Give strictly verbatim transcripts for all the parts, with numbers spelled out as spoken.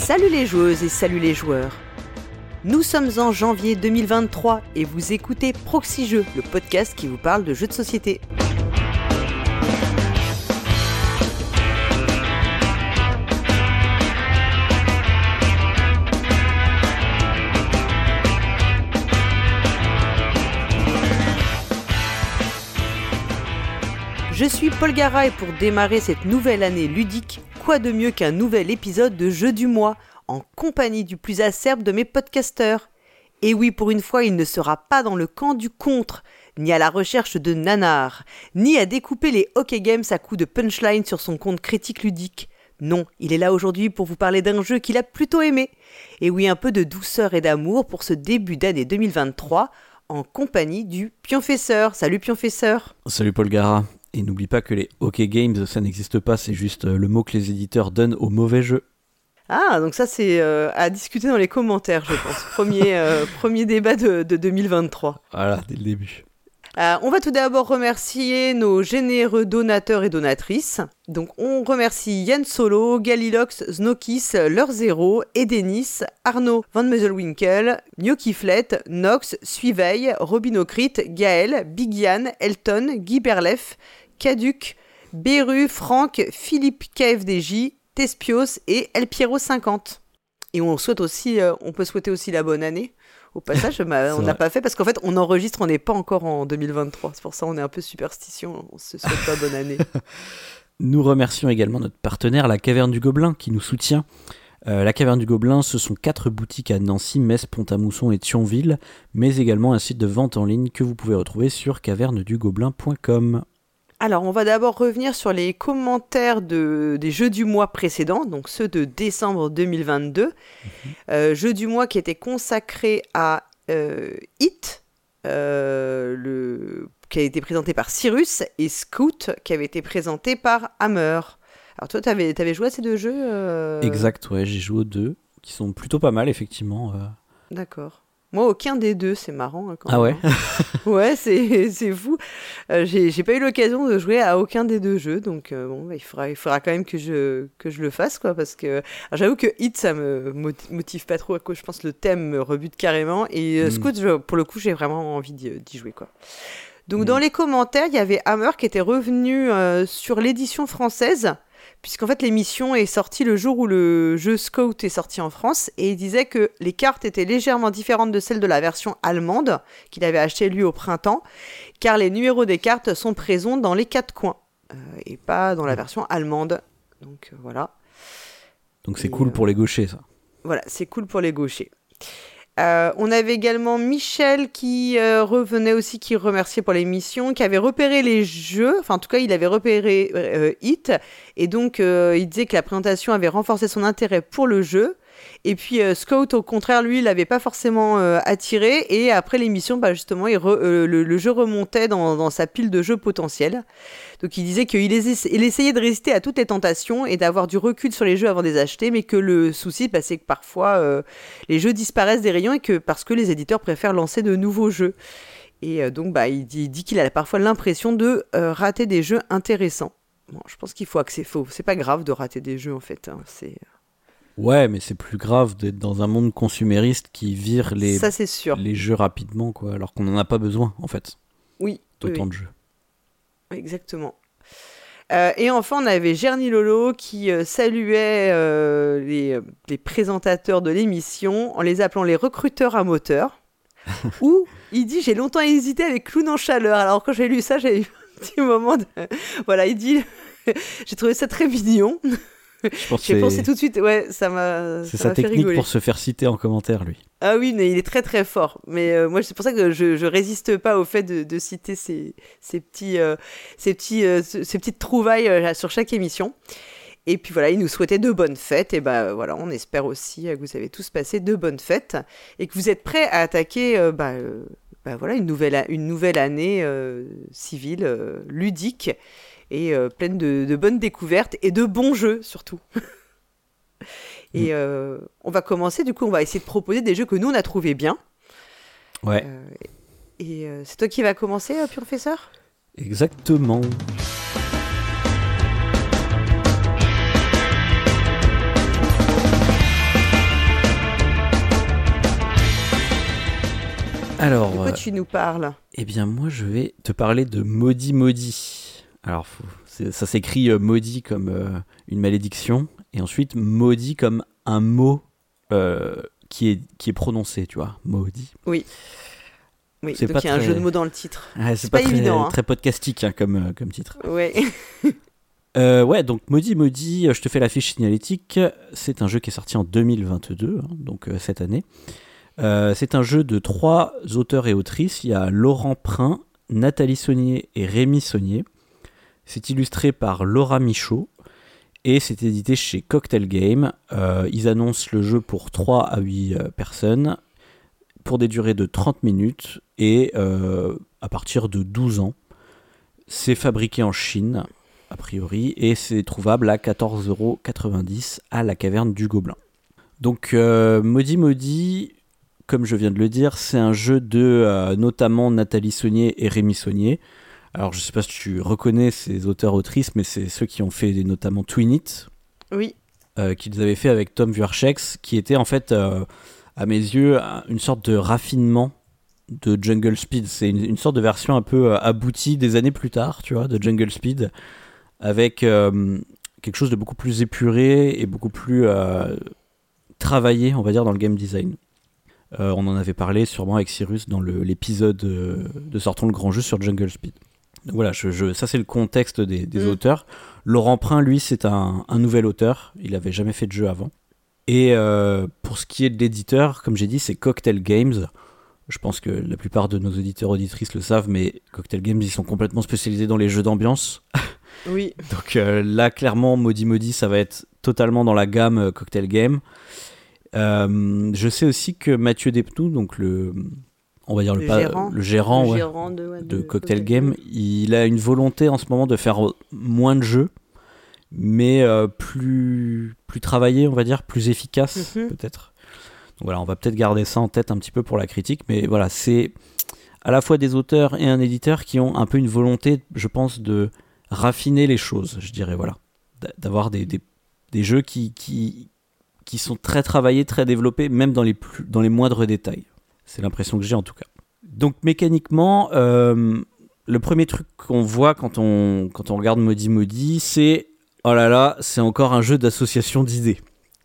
Salut les joueuses et salut les joueurs. Nous sommes en janvier deux mille vingt-trois et vous écoutez Proxy Jeux, le podcast qui vous parle de jeux de société. Je suis Paul Gara et pour démarrer cette nouvelle année ludique, quoi de mieux qu'un nouvel épisode de Jeux du mois, en compagnie du plus acerbe de mes podcasteurs. Et oui, pour une fois, il ne sera pas dans le camp du contre, ni à la recherche de nanars, ni à découper les hockey games à coups de punchline sur son compte critique ludique. Non, il est là aujourd'hui pour vous parler d'un jeu qu'il a plutôt aimé. Et oui, un peu de douceur et d'amour pour ce début d'année deux mille vingt-trois, en compagnie du Pionfesseur. Salut Pionfesseur. Salut Paul Gara. Et n'oublie pas que les hockey games, ça n'existe pas, c'est juste le mot que les éditeurs donnent aux mauvais jeux. Ah, donc ça c'est euh, à discuter dans les commentaires, je pense. Premier, euh, premier débat de, de deux mille vingt-trois. Voilà, dès le début. Euh, on va tout d'abord remercier nos généreux donateurs et donatrices. Donc on remercie Yann Solo, Galilox, Snowkiss, Leur Zéro, Edenis, Arnaud Van Meuselwinkel, Gnocchiflet, Nox, Suiveil, Robinocrit, Gaël, Big Yann, Elton, Guy Berlef, Caduc, Beru, Franck, Philippe K F D J, Tespios et El Piero cinquante. Et on souhaite aussi, euh, on peut souhaiter aussi la bonne année. Au passage, bah, on n'a pas fait parce qu'en fait, on enregistre, on n'est pas encore en deux mille vingt-trois. C'est pour ça qu'on est un peu superstition, on se souhaite pas bonne année. Nous remercions également notre partenaire, la Caverne du Gobelin, qui nous soutient. Euh, la Caverne du Gobelin, ce sont quatre boutiques à Nancy, Metz, Pont-à-Mousson et Thionville, mais également un site de vente en ligne que vous pouvez retrouver sur caverne du gobelin point com. Alors, on va d'abord revenir sur les commentaires de, des jeux du mois précédents, donc ceux de décembre deux mille vingt-deux. Mmh. Euh, jeu du mois qui était consacré à euh, Hit, euh, le, qui a été présenté par Cyrus, et Scout, qui avait été présenté par Hammer. Alors toi, tu avais joué à ces deux jeux euh... Exact, ouais, j'ai joué aux deux, qui sont plutôt pas mal, effectivement. Euh... D'accord. Moi, aucun des deux, c'est marrant. Hein, quand ah ouais. Ouais, c'est, c'est fou. Euh, j'ai, j'ai pas eu l'occasion de jouer à aucun des deux jeux, donc euh, bon, bah, il, faudra, il faudra quand même que je, que je le fasse, quoi, parce que alors, j'avoue que Hit, ça me motive pas trop, quoi, je pense que le thème me rebute carrément, et euh, mm. Scout, je, pour le coup, j'ai vraiment envie d'y, d'y jouer, quoi. Donc mm. dans les commentaires, il y avait Hammer qui était revenu euh, sur l'édition française, puisqu'en fait l'émission est sortie le jour où le jeu Scout est sorti en France, et il disait que les cartes étaient légèrement différentes de celles de la version allemande, qu'il avait achetée lui au printemps, car les numéros des cartes sont présents dans les quatre coins, euh, et pas dans la version allemande. Donc euh, voilà. Donc c'est et, cool euh, pour les gauchers, ça. Voilà, c'est cool pour les gauchers. Euh, on avait également Michel qui euh, revenait aussi, qui remerciait pour l'émission, qui avait repéré les jeux, enfin en tout cas il avait repéré euh, Hit, et donc euh, il disait que la présentation avait renforcé son intérêt pour le jeu, et puis euh, Scout au contraire lui il l'avait pas forcément euh, attiré, et après l'émission bah, justement il re, euh, le, le jeu remontait dans, dans sa pile de jeux potentiels. Donc il disait qu'il essa- il essayait de résister à toutes les tentations et d'avoir du recul sur les jeux avant de les acheter, mais que le souci bah, c'est que parfois euh, les jeux disparaissent des rayons, et que parce que les éditeurs préfèrent lancer de nouveaux jeux. Et euh, donc bah, il, dit, il dit qu'il a parfois l'impression de euh, rater des jeux intéressants. Bon, je pense qu'il faut que c'est faux. C'est pas grave de rater des jeux en fait. Hein. C'est... Ouais, mais c'est plus grave d'être dans un monde consumériste qui vire les, Ça, c'est sûr. les jeux rapidement, quoi, alors qu'on n'en a pas besoin en fait. Oui. D'autant oui, de jeux. Exactement. Euh, et enfin, on avait Gerny Lolo qui euh, saluait euh, les, les présentateurs de l'émission en les appelant les recruteurs à moteur. Ou il dit « J'ai longtemps hésité avec Clown en chaleur ». Alors quand j'ai lu ça, j'ai eu un petit moment de... Voilà, il dit « J'ai trouvé ça très mignon ». Je pense J'ai que pensé tout de suite, ouais, ça m'a C'est ça sa m'a fait technique rigoler. pour se faire citer en commentaire, lui. Ah oui, mais il est très très fort. Mais euh, moi, c'est pour ça que je, je résiste pas au fait de, de citer ces, ces, petits, euh, ces, petits, euh, ces petites trouvailles euh, sur chaque émission. Et puis voilà, il nous souhaitait de bonnes fêtes. Et ben bah, voilà, on espère aussi que vous avez tous passé de bonnes fêtes et que vous êtes prêts à attaquer euh, bah, euh, bah, voilà, une, nouvelle, une nouvelle année euh, civile, euh, ludique et euh, pleine de, de bonnes découvertes et de bons jeux surtout. Et euh, on va commencer, du coup, on va essayer de proposer des jeux que nous, on a trouvés bien. Ouais. Euh, et euh, c'est toi qui vas commencer, euh, Pionfesseur ? Exactement. Alors, de quoi tu nous parles? Eh bien, moi, je vais te parler de Maudit Maudit. Alors, faut, ça s'écrit euh, maudit comme euh, une malédiction, et ensuite maudit comme un mot euh, qui, est, qui est prononcé, tu vois, maudit. Oui. Oui, c'est donc pas il y a très... un jeu de mots dans le titre. Ouais, c'est, c'est pas, pas très, évident. Hein. Très podcastique hein, comme, euh, comme titre. Ouais. euh, ouais, donc Maudit Maudit, je te fais la fiche signalétique. C'est un jeu qui est sorti en deux mille vingt-deux, hein, donc euh, cette année. Euh, c'est un jeu de trois auteurs et autrices. Il y a Laurent Prin, Nathalie Saunier et Rémi Saunier. C'est illustré par Laura Michaud et c'est édité chez Cocktail Game. Euh, ils annoncent le jeu pour trois à huit euh, personnes pour des durées de trente minutes et euh, à partir de douze ans. C'est fabriqué en Chine, a priori, et c'est trouvable à quatorze euros quatre-vingt-dix à la Caverne du Gobelin. Donc, euh, Maudit Maudit, comme je viens de le dire, c'est un jeu de euh, notamment Nathalie Saunier et Rémi Saunier. Alors, je sais pas si tu reconnais ces auteurs-autrices, mais c'est ceux qui ont fait notamment Twin It. Oui. Euh, qu'ils avaient fait avec Tom Wurscheks, qui était en fait, euh, à mes yeux, une sorte de raffinement de Jungle Speed. C'est une, une sorte de version un peu euh, aboutie des années plus tard, tu vois, de Jungle Speed, avec euh, quelque chose de beaucoup plus épuré et beaucoup plus euh, travaillé, on va dire, dans le game design. Euh, on en avait parlé sûrement avec Cyrus dans le, l'épisode euh, de Sortons le grand jeu sur Jungle Speed. Donc voilà, je, je, ça c'est le contexte des, des mmh. auteurs. Laurent Prin, lui, c'est un, un nouvel auteur. Il n'avait jamais fait de jeu avant. Et euh, pour ce qui est de l'éditeur, comme j'ai dit, c'est Cocktail Games. Je pense que la plupart de nos auditeurs auditrices le savent, mais Cocktail Games, ils sont complètement spécialisés dans les jeux d'ambiance. Oui. Donc euh, là, clairement, Maudit Maudit, ça va être totalement dans la gamme euh, Cocktail Game. Euh, je sais aussi que Mathieu Despnous, donc le... on va dire le, le pas, gérant, le gérant, le ouais, gérant de, ouais, de, de Cocktail Cocktail Game, Game. Il a une volonté en ce moment de faire moins de jeux, mais euh, plus, plus travaillé, on va dire, plus efficace mm-hmm. peut-être. Donc voilà, on va peut-être garder ça en tête un petit peu pour la critique, mais voilà, c'est à la fois des auteurs et un éditeur qui ont un peu une volonté, je pense, de raffiner les choses, je dirais, voilà. D'avoir des, des, des jeux qui, qui, qui sont très travaillés, très développés, même dans les, plus, dans les moindres détails. C'est l'impression que j'ai en tout cas. Donc mécaniquement, euh, le premier truc qu'on voit quand on, quand on regarde Maudit Maudit, c'est oh là là, c'est encore un jeu d'association d'idées.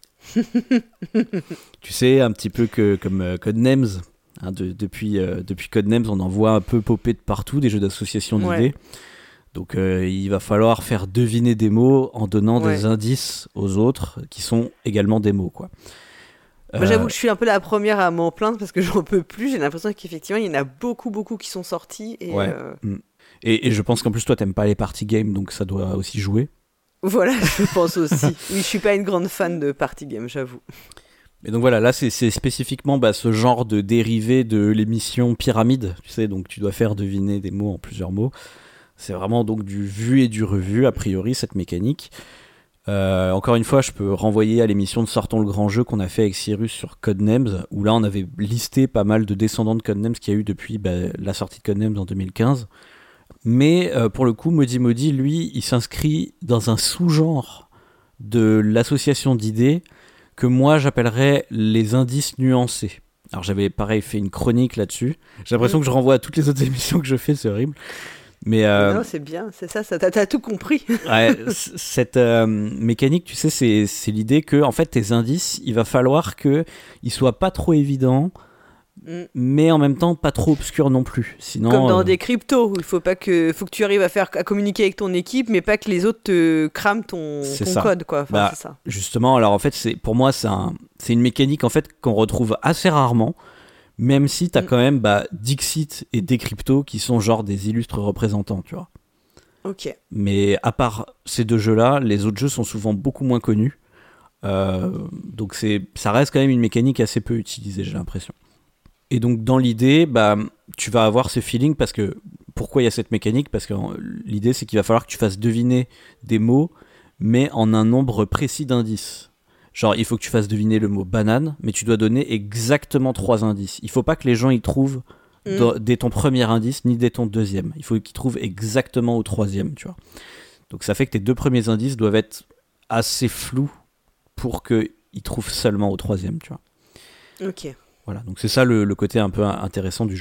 Tu sais, un petit peu que, comme euh, Codenames. Hein, de, depuis, euh, depuis Codenames, on en voit un peu popper de partout des jeux d'association d'idées. Ouais. Donc euh, il va falloir faire deviner des mots en donnant ouais. des indices aux autres qui sont également des mots, quoi. Moi, j'avoue que je suis un peu la première à m'en plaindre parce que j'en peux plus. J'ai l'impression qu'effectivement, il y en a beaucoup, beaucoup qui sont sortis. Et, ouais. euh... et, et je pense qu'en plus, toi, t'aimes pas les party games, donc ça doit aussi jouer. Voilà, je pense aussi. Oui, je suis pas une grande fan de party games, j'avoue. Et donc voilà, là, c'est, c'est spécifiquement bah, ce genre de dérivé de l'émission Pyramide. Tu sais, donc tu dois faire deviner des mots en plusieurs mots. C'est vraiment donc du vu et du revu, a priori, cette mécanique. Euh, encore une fois, je peux renvoyer à l'émission de Sortons le grand jeu qu'on a fait avec Cyrus sur Codenames, où là on avait listé pas mal de descendants de Codenames qu'il y a eu depuis bah, la sortie de Codenames en deux mille quinze. Mais euh, pour le coup, Maudit Maudit, lui, il s'inscrit dans un sous-genre de l'association d'idées que moi j'appellerais les indices nuancés. Alors j'avais pareil fait une chronique là-dessus. J'ai l'impression mmh. que je renvoie à toutes les autres émissions que je fais, c'est horrible. Mais euh, non, c'est bien, c'est ça, ça t'as, t'as tout compris. Ouais, cette euh, mécanique, tu sais, c'est, c'est l'idée que en fait, tes indices, il va falloir qu'ils soient pas trop évidents, mm. mais en même temps pas trop obscurs non plus. Sinon, comme dans euh... des cryptos, où il faut pas que, faut que tu arrives à faire, à communiquer avec ton équipe, mais pas que les autres te crament ton, ton code, quoi. Enfin, bah, c'est ça. Justement, alors en fait, c'est pour moi, c'est, un, c'est une mécanique en fait qu'on retrouve assez rarement. Même si t'as mm. quand même bah, Dixit et Decrypto qui sont genre des illustres représentants, tu vois. Ok. Mais à part ces deux jeux-là, les autres jeux sont souvent beaucoup moins connus. Euh, donc c'est, ça reste quand même une mécanique assez peu utilisée, j'ai l'impression. Et donc dans l'idée, bah, tu vas avoir ce feeling parce que... Pourquoi il y a cette mécanique ? Parce que l'idée, c'est qu'il va falloir que tu fasses deviner des mots, mais en un nombre précis d'indices. Genre, il faut que tu fasses deviner le mot banane, mais tu dois donner exactement trois indices. Il faut pas que les gens y trouvent mmh. do- dès ton premier indice, ni dès ton deuxième. Il faut qu'ils trouvent exactement au troisième, tu vois. Donc ça fait que tes deux premiers indices doivent être assez flous pour qu'ils trouvent seulement au troisième, tu vois. Ok. Voilà, donc c'est ça le, le côté un peu intéressant du jeu.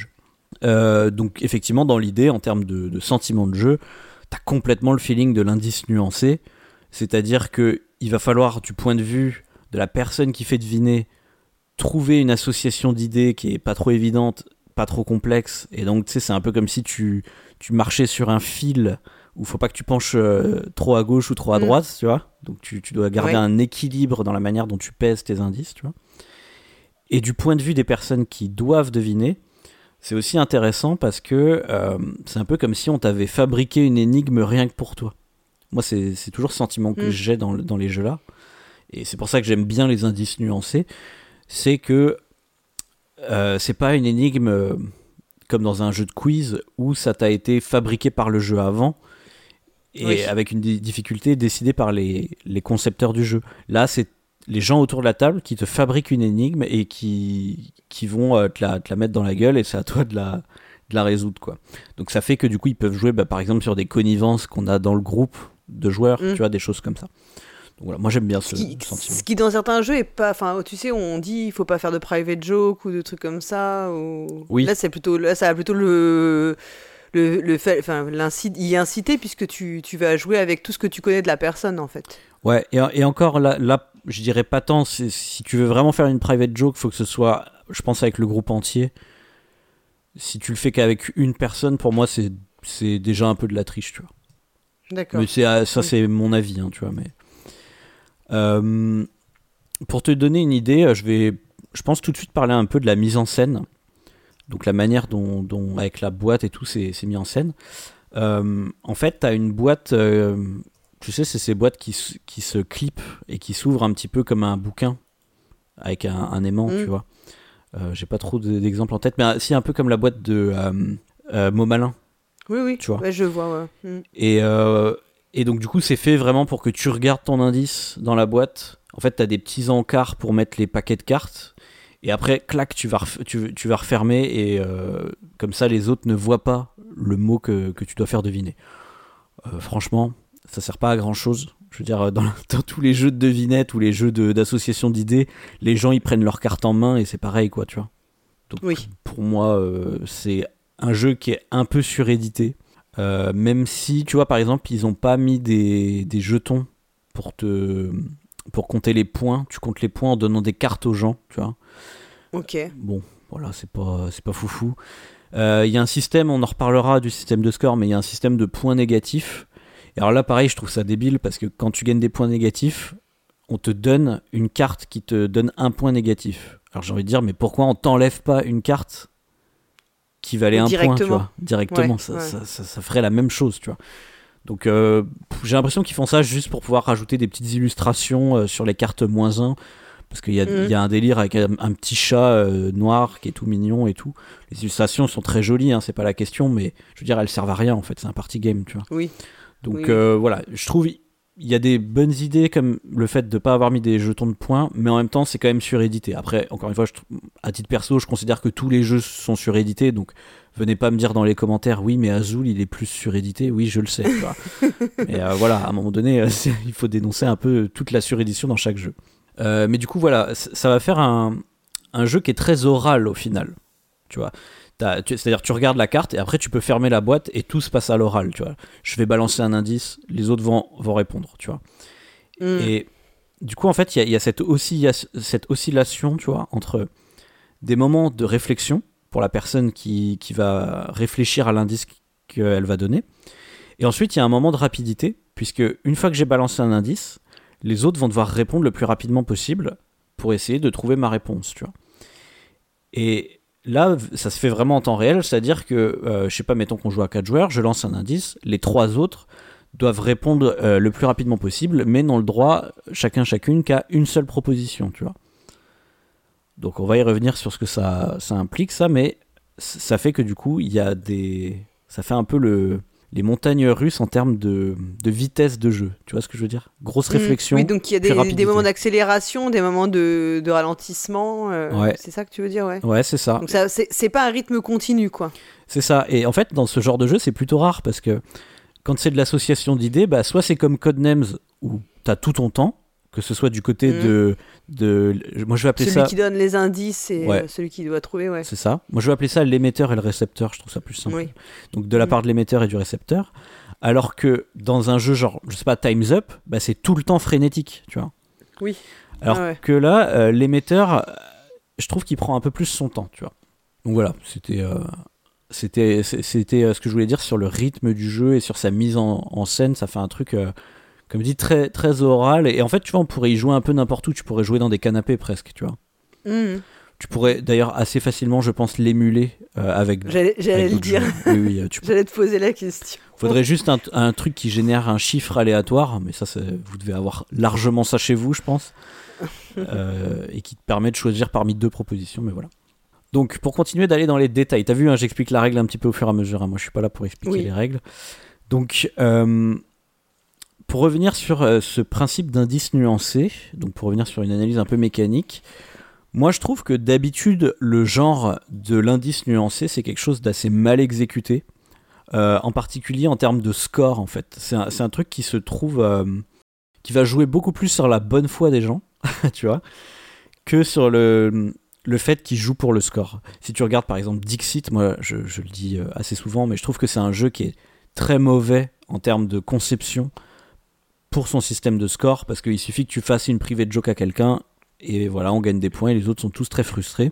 Euh, donc effectivement, dans l'idée, en termes de, de sentiment de jeu, t'as complètement le feeling de l'indice nuancé, c'est-à-dire que il va falloir, du point de vue de la personne qui fait deviner, trouver une association d'idées qui est pas trop évidente, pas trop complexe, et donc tu sais, c'est un peu comme si tu, tu marchais sur un fil où il faut pas que tu penches euh, trop à gauche ou trop à droite, mmh. tu vois, donc tu, tu dois garder ouais. un équilibre dans la manière dont tu pèses tes indices, tu vois. Et du point de vue des personnes qui doivent deviner, c'est aussi intéressant parce que euh, c'est un peu comme si on t'avait fabriqué une énigme rien que pour toi. Moi, c'est, c'est toujours ce sentiment que mmh. j'ai dans, dans les jeux-là. Et c'est pour ça que j'aime bien les indices nuancés. C'est que euh, c'est pas une énigme euh, comme dans un jeu de quiz où ça t'a été fabriqué par le jeu avant et oui. avec une d- difficulté décidée par les, les concepteurs du jeu. Là, c'est les gens autour de la table qui te fabriquent une énigme et qui, qui vont euh, te, la, te la mettre dans la gueule et c'est à toi de la, de la résoudre, quoi. Donc ça fait que du coup, ils peuvent jouer bah, par exemple sur des connivences qu'on a dans le groupe de joueurs, mmh. tu vois, des choses comme ça. Donc voilà, moi j'aime bien ce, ce qui, sentiment. Ce qui dans certains jeux est pas, enfin tu sais, on dit il faut pas faire de private joke ou de trucs comme ça. Ou... Oui. Là c'est plutôt, là ça va plutôt le, le, le fait, enfin l'incite, y inciter puisque tu, tu vas jouer avec tout ce que tu connais de la personne en fait. Ouais, et, et encore là, là, je dirais pas tant. Si, si tu veux vraiment faire une private joke, faut que ce soit, je pense, avec le groupe entier. Si tu le fais qu'avec une personne, pour moi c'est c'est déjà un peu de la triche, tu vois. D'accord. Mais c'est, ça, c'est mon avis, hein, tu vois. Mais euh, pour te donner une idée, je vais, je pense tout de suite parler un peu de la mise en scène. Donc la manière dont, dont avec la boîte et tout, c'est, c'est mis en scène. Euh, en fait, t'as une boîte, euh, tu sais, c'est ces boîtes qui, qui se clipent et qui s'ouvrent un petit peu comme un bouquin avec un, un aimant, mmh. tu vois. Euh, j'ai pas trop d'exemples en tête, mais si, un peu comme la boîte de euh, euh, Momalin. Oui, oui, tu vois. Ouais, je vois, ouais. Mm. Et, euh, et donc, du coup, c'est fait vraiment pour que tu regardes ton indice dans la boîte. En fait, tu as des petits encarts pour mettre les paquets de cartes. Et après, clac, tu vas, ref- tu, tu vas refermer. Et euh, comme ça, les autres ne voient pas le mot que, que tu dois faire deviner. Euh, franchement, ça sert pas à grand-chose. Je veux dire, dans, dans tous les jeux de devinettes ou les jeux de, d'association d'idées, les gens, ils prennent leurs cartes en main et c'est pareil, quoi, tu vois. Donc, oui. pour moi, euh, c'est un jeu qui est un peu surédité, euh, même si, tu vois, par exemple, ils n'ont pas mis des, des jetons pour, te, pour compter les points. Tu comptes les points en donnant des cartes aux gens, tu vois. Ok. Bon, voilà, c'est pas, c'est pas foufou. Il euh, y a un système, on en reparlera du système de score, mais il y a un système de points négatifs. Et alors là, pareil, je trouve ça débile parce que quand tu gagnes des points négatifs, on te donne une carte qui te donne un point négatif. Alors j'ai envie de dire, mais pourquoi on t'enlève pas une carte qui valait un point, tu vois, directement, ouais, ça, ouais. Ça, ça, ça ferait la même chose, tu vois. Donc euh, j'ai l'impression qu'ils font ça juste pour pouvoir rajouter des petites illustrations euh, sur les cartes moins un, parce qu'il y a, mmh. il y a un délire avec un, un petit chat euh, noir qui est tout mignon et tout. Les illustrations sont très jolies, hein, c'est pas la question, mais je veux dire, elles servent à rien en fait, c'est un party game, tu vois. Oui. Donc oui. Euh, voilà, je trouve il y a des bonnes idées comme le fait de ne pas avoir mis des jetons de points, mais en même temps c'est quand même surédité. Après, encore une fois, je, à titre perso, je considère que tous les jeux sont surédités, donc venez pas me dire dans les commentaires oui mais Azul il est plus surédité, oui je le sais. Mais euh, voilà, à un moment donné, euh, il faut dénoncer un peu toute la surédition dans chaque jeu. Euh, mais du coup voilà, ça va faire un, un jeu qui est très oral au final, tu vois. T'as, tu, c'est-à-dire tu regardes la carte et après tu peux fermer la boîte et tout se passe à l'oral, tu vois. Je vais balancer un indice, les autres vont, vont répondre, tu vois. Mm. Et du coup en fait il y, y a cette, oscilla- cette oscillation, tu vois, entre des moments de réflexion pour la personne qui, qui va réfléchir à l'indice qu'elle va donner, et ensuite il y a un moment de rapidité, puisque une fois que j'ai balancé un indice, les autres vont devoir répondre le plus rapidement possible pour essayer de trouver ma réponse, tu vois. Et là, ça se fait vraiment en temps réel, c'est-à-dire que, euh, je sais pas, mettons qu'on joue à quatre joueurs, je lance un indice, les trois autres doivent répondre euh, le plus rapidement possible, mais n'ont le droit, chacun chacune, qu'à une seule proposition, tu vois. Donc on va y revenir sur ce que ça, ça implique, ça, mais ça fait que du coup, il y a des... Ça fait un peu le... les montagnes russes en termes de, de vitesse de jeu. Tu vois ce que je veux dire ? Grosse réflexion. Mmh, oui, donc il y a des, des moments d'accélération, des moments de, de ralentissement. Euh, ouais. C'est ça que tu veux dire, ouais. Ouais, c'est ça. Donc ça, c'est, c'est pas un rythme continu, quoi. C'est ça. Et en fait, dans ce genre de jeu, c'est plutôt rare parce que quand c'est de l'association d'idées, bah, soit c'est comme Codenames où t'as tout ton temps Que ce soit du côté Mmh. de, de... Moi, je vais appeler Celui ça... qui donne les indices et Ouais. euh, celui qui doit trouver, ouais. C'est ça. Moi, je vais appeler ça l'émetteur et le récepteur. Je trouve ça plus simple. Oui. Donc, de la Mm. part de l'émetteur et du récepteur. Alors que dans un jeu genre, je sais pas, Time's Up, bah, c'est tout le temps frénétique, tu vois. Oui. Alors Ah ouais. que là, euh, l'émetteur, euh, je trouve qu'il prend un peu plus son temps, tu vois. Donc voilà, c'était, euh, c'était, c'est- c'était euh, ce que je voulais dire sur le rythme du jeu et sur sa mise en, en scène. Ça fait un truc, euh, comme dit, très, très oral. Et en fait, tu vois, on pourrait y jouer un peu n'importe où. Tu pourrais jouer dans des canapés presque, tu vois. Mhm. Tu pourrais d'ailleurs assez facilement, je pense, l'émuler euh, avec. J'allais, j'allais avec le d'autres dire. jeux. Oui, oui, euh, tu J'allais te poser la question. Faudrait juste un, un truc qui génère un chiffre aléatoire, mais ça, c'est- vous devez avoir largement ça chez vous, je pense, euh, et qui te permet de choisir parmi deux propositions, mais voilà. Donc, pour continuer d'aller dans les détails, t'as vu, hein, j'explique la règle un petit peu au fur et à mesure, hein, moi je suis pas là pour expliquer Oui. les règles. Donc, euh, pour revenir sur euh, ce principe d'indice nuancé, donc pour revenir sur une analyse un peu mécanique, moi je trouve que d'habitude, le genre de l'indice nuancé, c'est quelque chose d'assez mal exécuté. Euh, en particulier en termes de score en fait. C'est un, c'est un truc qui se trouve euh, qui va jouer beaucoup plus sur la bonne foi des gens, tu vois, que sur le, le fait qu'ils jouent pour le score. Si tu regardes par exemple Dixit, moi je, je le dis euh, assez souvent, mais je trouve que c'est un jeu qui est très mauvais en termes de conception pour son système de score, parce qu'il suffit que tu fasses une private joke à quelqu'un et voilà, on gagne des points et les autres sont tous très frustrés.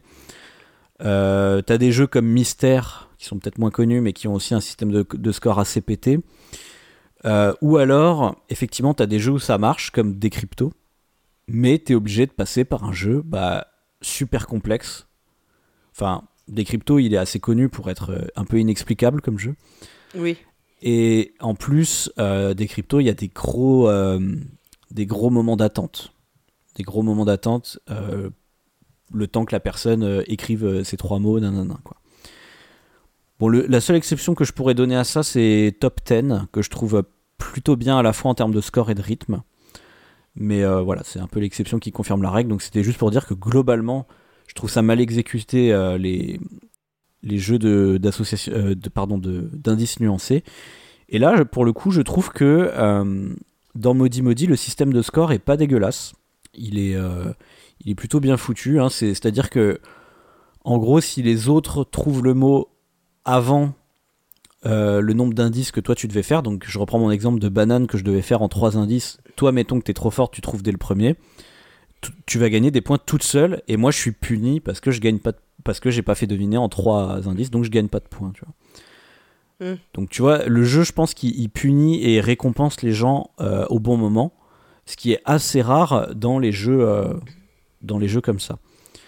Euh, t'as des jeux comme Mystère qui sont peut-être moins connus mais qui ont aussi un système de, de score assez pété, euh, ou alors effectivement t'as des jeux où ça marche comme Decrypto, mais t'es obligé de passer par un jeu bah, super complexe. Enfin, Decrypto il est assez connu pour être euh, un peu inexplicable comme jeu, Oui. et en plus euh, Decrypto il y a des gros euh, des gros moments d'attente des gros moments d'attente euh, le temps que la personne euh, écrive euh, ces trois mots, nanana, quoi. Bon, le, la seule exception que je pourrais donner à ça, c'est Top dix, que je trouve plutôt bien à la fois en termes de score et de rythme. Mais euh, voilà, c'est un peu l'exception qui confirme la règle. Donc c'était juste pour dire que globalement, je trouve ça mal exécuté euh, les, les jeux de, d'association, euh, de, pardon, de, d'indices nuancés. Et là, pour le coup, je trouve que euh, dans Maudit Maudit, le système de score est pas dégueulasse. Il est, euh, il est plutôt bien foutu. Hein. C'est, c'est-à-dire que, en gros, si les autres trouvent le mot avant euh, le nombre d'indices que toi tu devais faire, donc je reprends mon exemple de banane que je devais faire en trois indices, toi mettons que t'es trop fort, tu trouves dès le premier, tu, tu vas gagner des points toute seule, et moi je suis puni parce que je gagne pas de, parce que j'ai pas fait deviner en trois indices, donc je gagne pas de points, tu vois. Mm. Donc tu vois, le jeu je pense qu'il il punit et récompense les gens euh, au bon moment, ce qui est assez rare dans les jeux, euh, dans les jeux comme ça.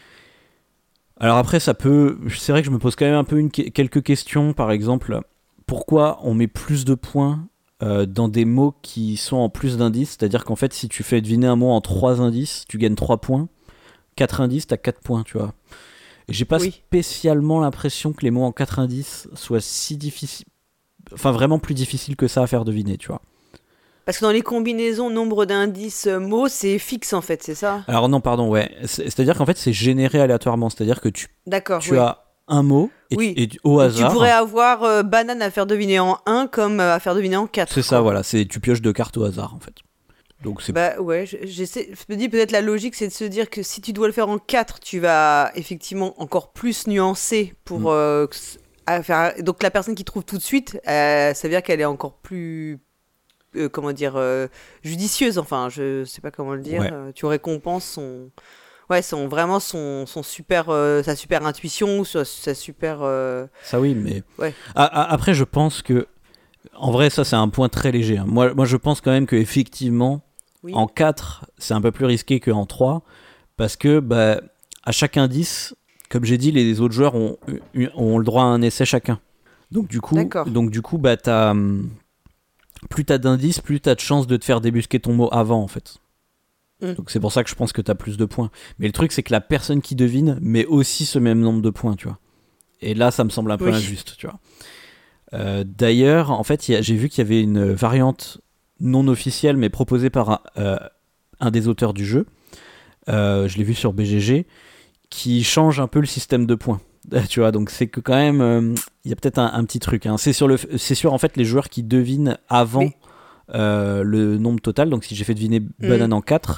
Alors après, ça peut. C'est vrai que je me pose quand même un peu une... quelques questions. Par exemple, pourquoi on met plus de points euh, dans des mots qui sont en plus d'indices ? C'est-à-dire qu'en fait, si tu fais deviner un mot en trois indices, tu gagnes trois points. quatre indices, t'as quatre points, tu vois. Et j'ai pas oui. spécialement l'impression que les mots en quatre indices soient si difficiles. Enfin, vraiment plus difficiles que ça à faire deviner, tu vois. Parce que dans les combinaisons, nombre d'indices euh, mots, c'est fixe en fait, c'est ça ? Alors non, pardon, ouais. C'est, c'est-à-dire qu'en fait, c'est généré aléatoirement. C'est-à-dire que tu, tu oui. as un mot et, oui. tu, et tu, au hasard... Tu pourrais avoir euh, banane à faire deviner en un comme euh, à faire deviner en quatre. C'est quoi. ça, voilà. C'est, tu pioches deux cartes au hasard, en fait. Donc c'est... Bah ouais, j'essaie... je me dis peut-être la logique, c'est de se dire que si tu dois le faire en quatre, tu vas effectivement encore plus nuancer pour... Mm. Euh, à faire... Donc la personne qui trouve tout de suite, euh, ça veut dire qu'elle est encore plus... Euh, comment dire, euh, judicieuse, enfin, je sais pas comment le dire, ouais. euh, tu récompenses son, ouais, son, vraiment son, son super, euh, sa super intuition, sa, sa super... Euh... Ça oui, mais... Ouais. A- a- après, je pense que, en vrai, ça c'est un point très léger. Hein. Moi, moi, je pense quand même qu'effectivement, oui. en quatre, c'est un peu plus risqué qu'en trois, parce que, bah, à chaque indice, comme j'ai dit, les autres joueurs ont, ont le droit à un essai chacun. Donc du coup, donc, du coup bah, t'as... plus t'as d'indices, plus t'as de chances de te faire débusquer ton mot avant en fait. Mm. Donc c'est pour ça que je pense que t'as plus de points. Mais le truc c'est que la personne qui devine met aussi ce même nombre de points, tu vois. Et là ça me semble un peu oui. injuste, tu vois. Euh, d'ailleurs, en fait, y a, j'ai vu qu'il y avait une variante non officielle mais proposée par un, euh, un des auteurs du jeu. Euh, je l'ai vu sur B G G, qui change un peu le système de points. Tu vois, donc c'est que quand même, il euh, y a peut-être un, un petit truc. Hein. C'est sur le, c'est sur en fait les joueurs qui devinent avant oui. euh, le nombre total. Donc si j'ai fait deviner banane mmh. en quatre,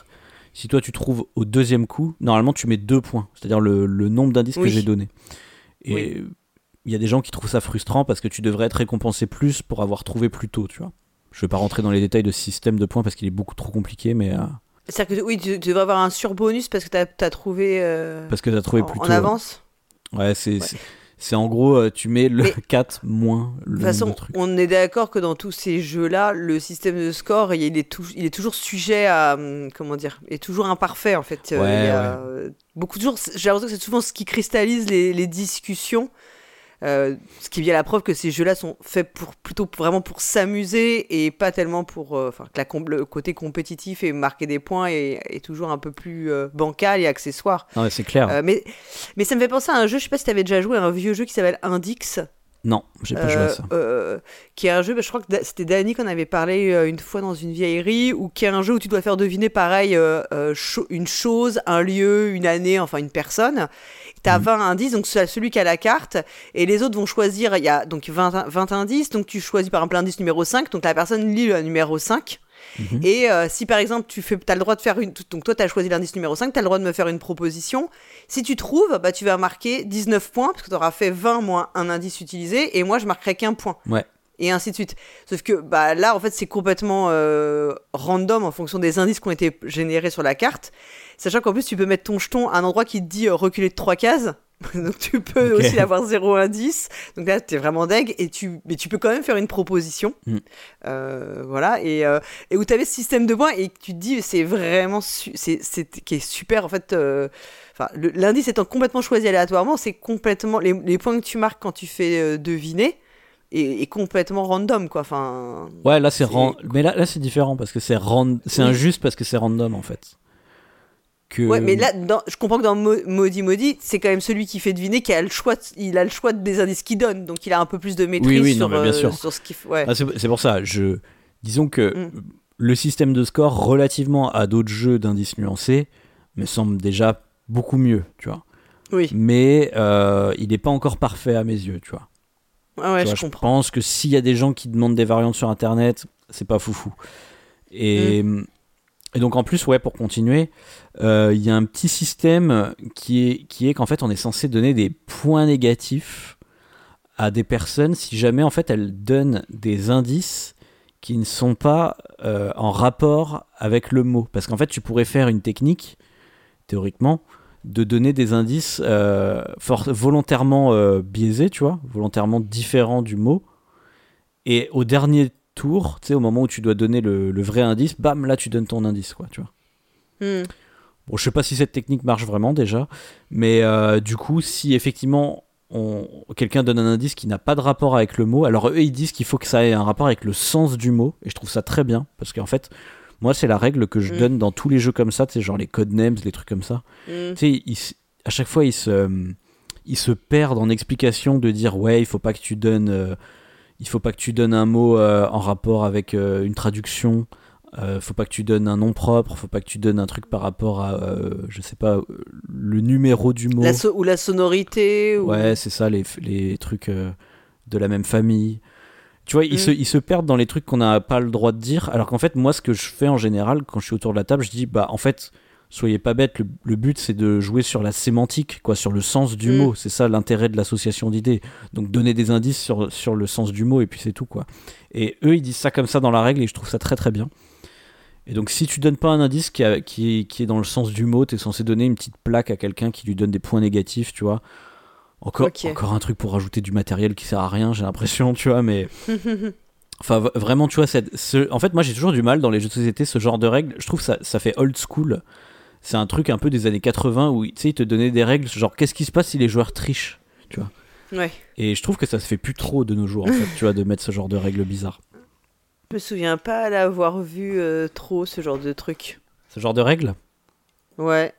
Si toi tu trouves au deuxième coup, normalement tu mets deux points, c'est-à-dire le, le nombre d'indices oui. que j'ai donné. Et il oui. y a des gens qui trouvent ça frustrant parce que tu devrais être récompensé plus pour avoir trouvé plus tôt, tu vois. Je vais pas rentrer dans les détails de ce système de points parce qu'il est beaucoup trop compliqué, mais... Euh... C'est-à-dire que oui, tu, tu devrais avoir un surbonus parce que t'as, t'as trouvé... Euh, parce que t'as trouvé en, plus tôt. En avance. Ouais, ouais c'est, ouais. c'est, c'est en gros, tu mets le mais, quatre moins le de façon, nombre de trucs. On est d'accord que dans tous ces jeux-là, le système de score, il est, tout, il est toujours sujet à... Comment dire ? Il est toujours imparfait, en fait. Ouais, il y a ouais. beaucoup de jours, j'ai l'impression que c'est souvent ce qui cristallise les, les discussions. Euh, ce qui vient à la preuve que ces jeux-là sont faits pour, plutôt vraiment pour s'amuser et pas tellement pour... Enfin, euh, que la, le côté compétitif et marquer des points est, est toujours un peu plus euh, bancal et accessoire. Non, mais c'est clair. Euh, mais, mais ça me fait penser à un jeu, je sais pas si tu avais déjà joué à un vieux jeu qui s'appelle Indix. Non, j'ai pas euh, joué à ça. Euh, qui est un jeu, bah, je crois que c'était Dany qu'on avait parlé euh, une fois dans une vieillerie, ou qui est un jeu où tu dois faire deviner pareil euh, euh, cho- une chose, un lieu, une année, enfin une personne. T'as mmh. vingt indices, donc c'est celui qui a la carte, et les autres vont choisir, il y a donc vingt, vingt indices, donc tu choisis par exemple l'indice numéro cinq, donc la personne lit le numéro cinq. Mmh. Et euh, si par exemple tu fais, t'as le droit de faire une, donc toi t'as choisi l'indice numéro cinq, t'as le droit de me faire une proposition. Si tu trouves, bah tu vas marquer dix-neuf points parce que t'auras fait vingt moins un indice utilisé, et moi je marquerai qu'un point. Ouais. Et ainsi de suite. Sauf que bah là en fait c'est complètement euh, random en fonction des indices qui ont été générés sur la carte. Sachant qu'en plus tu peux mettre ton jeton à un endroit qui te dit euh, reculer de trois cases. Donc tu peux okay. aussi avoir zéro indice. Donc là t'es vraiment deg, et tu mais tu peux quand même faire une proposition. Mm. Euh, voilà et euh, et où t'avais ce système de points et que tu te dis c'est vraiment su- c'est c'est qui est super en fait. Euh, Enfin, le, l'indice étant complètement choisi aléatoirement, c'est complètement les, les points que tu marques quand tu fais euh, deviner est, est complètement random quoi. Enfin. Ouais là c'est, c'est... Ran... mais là là c'est différent parce que c'est ran... c'est oui. injuste parce que c'est random en fait. Que... Ouais, mais là, dans, je comprends que dans Mo- Maudit Maudit, c'est quand même celui qui fait deviner qui a le choix, de, il a le choix des indices qu'il donne, donc il a un peu plus de maîtrise oui, oui, sur, non, bien euh, sûr. sur ce qu'il fait. Ouais. Ah, c'est, c'est pour ça, je... disons que mm. le système de score, relativement à d'autres jeux d'indices nuancés, me semble déjà beaucoup mieux, tu vois. Oui. Mais euh, il n'est pas encore parfait à mes yeux, tu vois. Ah ouais, tu vois, je, je comprends. pense que s'il y a des gens qui demandent des variantes sur Internet, c'est pas foufou. Et... Mm. Et donc en plus, ouais, pour continuer, il euh, y a un petit système qui est, qui est qu'en fait on est censé donner des points négatifs à des personnes si jamais en fait elles donnent des indices qui ne sont pas euh, en rapport avec le mot. Parce qu'en fait tu pourrais faire une technique, théoriquement, de donner des indices euh, for- volontairement euh, biaisés, tu vois, volontairement différents du mot. Et au dernier tour, tu sais, au moment où tu dois donner le, le vrai indice, bam, là tu donnes ton indice, quoi, tu vois. Mm. Bon, je sais pas si cette technique marche vraiment déjà, mais euh, du coup, si effectivement on, quelqu'un donne un indice qui n'a pas de rapport avec le mot, alors eux ils disent qu'il faut que ça ait un rapport avec le sens du mot, et je trouve ça très bien, parce qu'en fait, moi c'est la règle que je mm. donne dans tous les jeux comme ça, tu sais, genre les codenames, les trucs comme ça. Mm. Tu sais, ils, à chaque fois ils se, ils se perdent en explications de dire ouais, il faut pas que tu donnes. Euh, Il faut pas que tu donnes un mot euh, en rapport avec euh, une traduction. Euh, faut pas que tu donnes un nom propre. Faut pas que tu donnes un truc par rapport à, euh, je sais pas, euh, le numéro du mot. La so- ou la sonorité. Ouais, ou... c'est ça, les, les trucs euh, de la même famille. Tu vois, mm. ils, se, ils se perdent dans les trucs qu'on n'a pas le droit de dire. Alors qu'en fait, moi, ce que je fais en général, quand je suis autour de la table, je dis, bah, en fait, soyez pas bêtes, le, le but, c'est de jouer sur la sémantique, quoi, sur le sens du mm. mot. C'est ça l'intérêt de l'association d'idées. Donc, donner des indices sur, sur le sens du mot, et puis c'est tout, quoi. Et eux, ils disent ça comme ça dans la règle, et je trouve ça très, très bien. Et donc, si tu donnes pas un indice qui, a, qui, est, qui est dans le sens du mot, t'es censé donner une petite plaque à quelqu'un qui lui donne des points négatifs, tu vois. Encore, okay. encore un truc pour rajouter du matériel qui sert à rien, j'ai l'impression, tu vois, mais... Enfin, v- vraiment, tu vois, cette, ce... en fait, moi, j'ai toujours du mal dans les jeux de société, ce genre de règles. Je trouve que ça, ça fait old school. C'est un truc un peu des années quatre-vingts où, tu sais, ils te donnaient des règles, genre, qu'est-ce qui se passe si les joueurs trichent, tu vois. Ouais. Et je trouve que ça se fait plus trop de nos jours, en fait, tu vois, de mettre ce genre de règles bizarres. Je me souviens pas l'avoir vu euh, trop, ce genre de truc. Ce genre de règles ? Ouais.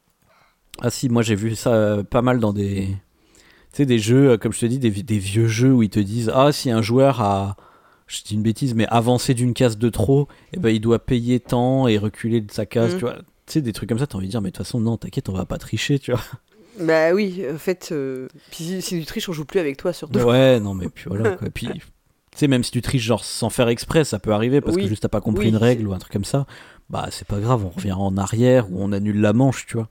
Ah si, moi, j'ai vu ça euh, pas mal dans des... Tu sais, des jeux, comme je te dis, des, des vieux jeux où ils te disent « Ah, si un joueur a... » Je dis une bêtise, mais avancé d'une case de trop, eh ben, il doit payer tant et reculer de sa case, mmh. tu vois. Tu sais, des trucs comme ça, t'as envie de dire, mais de toute façon, non, t'inquiète, on va pas tricher, tu vois. Bah oui, en fait, euh... puis si, si tu triches, on joue plus avec toi, surtout. Ouais, non, mais puis voilà, quoi. Puis, tu sais, même si tu triches, genre, sans faire exprès, ça peut arriver, parce oui. que juste t'as pas compris oui. une règle ou un truc comme ça. bah c'est pas grave, on revient en arrière ou on annule la manche, tu vois.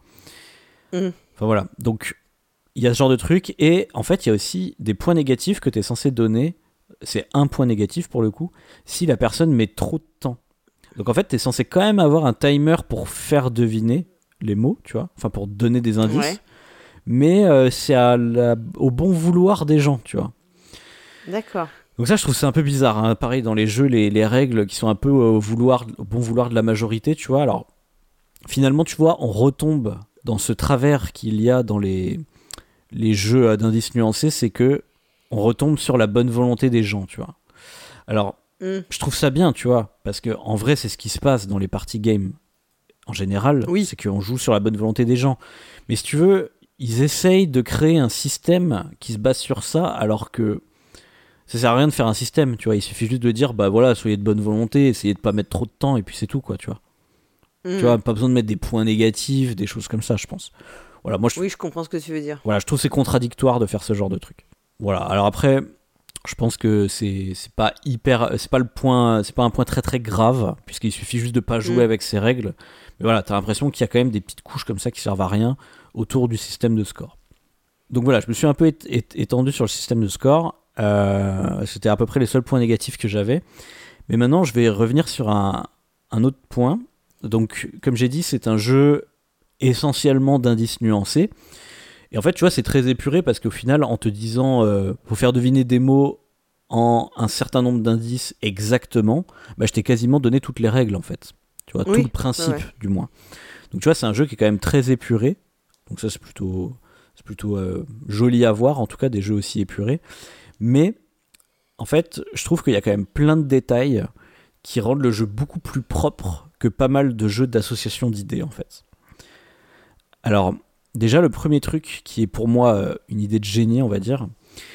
Mm. Enfin voilà, donc il y a ce genre de truc, et en fait il y a aussi des points négatifs que tu es censé donner, c'est un point négatif pour le coup, si la personne met trop de temps. Donc en fait tu es censé quand même avoir un timer pour faire deviner les mots, tu vois, enfin pour donner des indices, ouais. mais euh, c'est à la, au bon vouloir des gens, tu vois. D'accord. Donc ça je trouve c'est un peu bizarre, hein. Pareil dans les jeux, les, les règles qui sont un peu au, vouloir, au bon vouloir de la majorité, tu vois. Alors finalement tu vois, on retombe dans ce travers qu'il y a dans les, les jeux d'indices nuancés, c'est que on retombe sur la bonne volonté des gens, tu vois. Alors mm. je trouve ça bien, tu vois, parce que en vrai c'est ce qui se passe dans les party games en général, oui. c'est qu'on joue sur la bonne volonté des gens. Mais si tu veux, ils essayent de créer un système qui se base sur ça, alors que ça sert à rien de faire un système, tu vois. Il suffit juste de dire, bah voilà, soyez de bonne volonté, essayez de pas mettre trop de temps, et puis c'est tout, quoi, tu vois. Mmh. Tu vois, pas besoin de mettre des points négatifs, des choses comme ça, je pense. Voilà, moi, je... Oui, je comprends ce que tu veux dire. Voilà, je trouve que c'est contradictoire de faire ce genre de truc. Voilà, alors après, je pense que c'est, c'est pas hyper... C'est pas le point... C'est pas un point très très grave, puisqu'il suffit juste de pas jouer mmh. avec ces règles. Mais voilà, t'as l'impression qu'il y a quand même des petites couches comme ça qui servent à rien autour du système de score. Donc voilà, je me suis un peu ét- ét- étendu sur le système de score. Euh, c'était à peu près les seuls points négatifs que j'avais. Mais maintenant, je vais revenir sur un, un autre point. Donc, comme j'ai dit, c'est un jeu essentiellement d'indices nuancés. Et en fait, tu vois, c'est très épuré parce qu'au final, en te disant euh, faut faire deviner des mots en un certain nombre d'indices exactement, bah, je t'ai quasiment donné toutes les règles, en fait. Tu vois, oui, tout le principe, ouais. du moins. Donc, tu vois, c'est un jeu qui est quand même très épuré. Donc, ça, c'est plutôt, c'est plutôt euh, joli à voir, en tout cas, des jeux aussi épurés. Mais, en fait, je trouve qu'il y a quand même plein de détails qui rendent le jeu beaucoup plus propre que pas mal de jeux d'association d'idées, en fait. Alors, déjà, le premier truc qui est pour moi une idée de génie, on va dire,